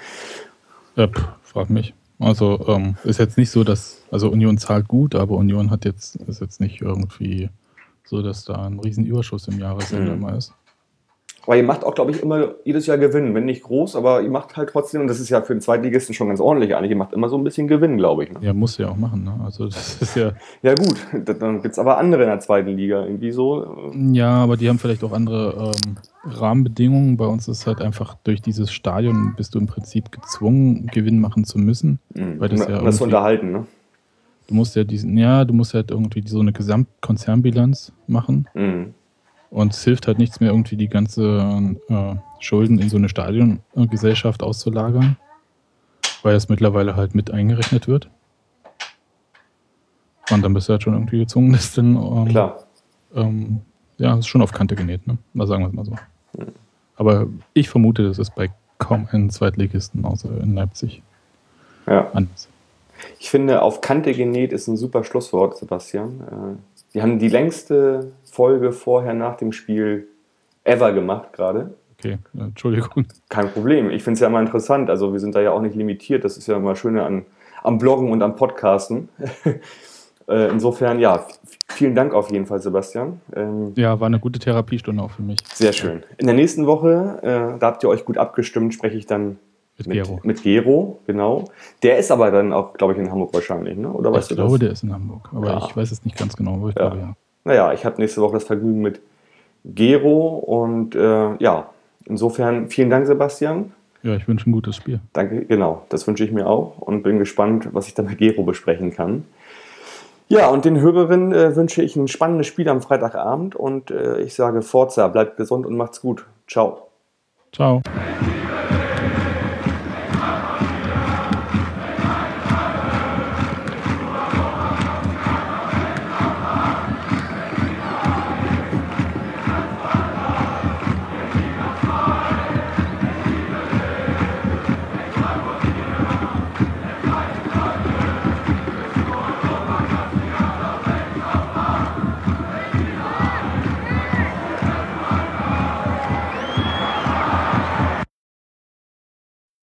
Frag mich. Also ist jetzt nicht so, dass, also Union zahlt gut, aber Union ist jetzt nicht irgendwie so, dass da ein Riesenüberschuss im Jahresende immer ist. Aber ihr macht auch, glaube ich, immer jedes Jahr Gewinn. Wenn nicht groß, aber ihr macht halt trotzdem, und das ist ja für den Zweitligisten schon ganz ordentlich eigentlich, ihr macht immer so ein bisschen Gewinn, glaube ich. Ne? Ja, muss ja auch machen. Ne? Also das ist ja... Ja gut, dann gibt es aber andere in der zweiten Liga irgendwie so. Ja, aber die haben vielleicht auch andere Rahmenbedingungen. Bei uns ist halt einfach durch dieses Stadion bist du im Prinzip gezwungen, Gewinn machen zu müssen. Weil das zu unterhalten, ne? Du musst halt irgendwie so eine Gesamtkonzernbilanz machen. Und es hilft halt nichts mehr, irgendwie die ganze Schulden in so eine Stadiongesellschaft auszulagern, weil das mittlerweile halt mit eingerechnet wird. Und dann bist du halt schon irgendwie gezwungen, das dann klar. Ja, ist schon auf Kante genäht, ne? Da sagen wir es mal so. Aber ich vermute, das ist bei kaum einem Zweitligisten, außer in Leipzig. Ja. Anders. Ich finde, auf Kante genäht ist ein super Schlusswort, Sebastian. Wir haben die längste Folge vorher nach dem Spiel ever gemacht gerade. Okay, Entschuldigung. Kein Problem. Ich finde es ja immer interessant. Also wir sind da ja auch nicht limitiert. Das ist ja immer schöner am Bloggen und am Podcasten. Insofern, ja, vielen Dank auf jeden Fall, Sebastian. Ja, war eine gute Therapiestunde auch für mich. Sehr schön. In der nächsten Woche, da habt ihr euch gut abgestimmt, spreche ich dann mit Gero, genau. Der ist aber dann auch, glaube ich, in Hamburg wahrscheinlich, ne? Oder weißt du das? Ich glaube, der ist in Hamburg, aber ich weiß es nicht ganz genau. Aber ich glaube, ja. Naja, ich habe nächste Woche das Vergnügen mit Gero und insofern vielen Dank, Sebastian. Ja, ich wünsche ein gutes Spiel. Danke, genau, das wünsche ich mir auch und bin gespannt, was ich dann mit Gero besprechen kann. Ja, und den Hörerinnen wünsche ich ein spannendes Spiel am Freitagabend und ich sage Forza, bleibt gesund und macht's gut. Ciao. Ciao.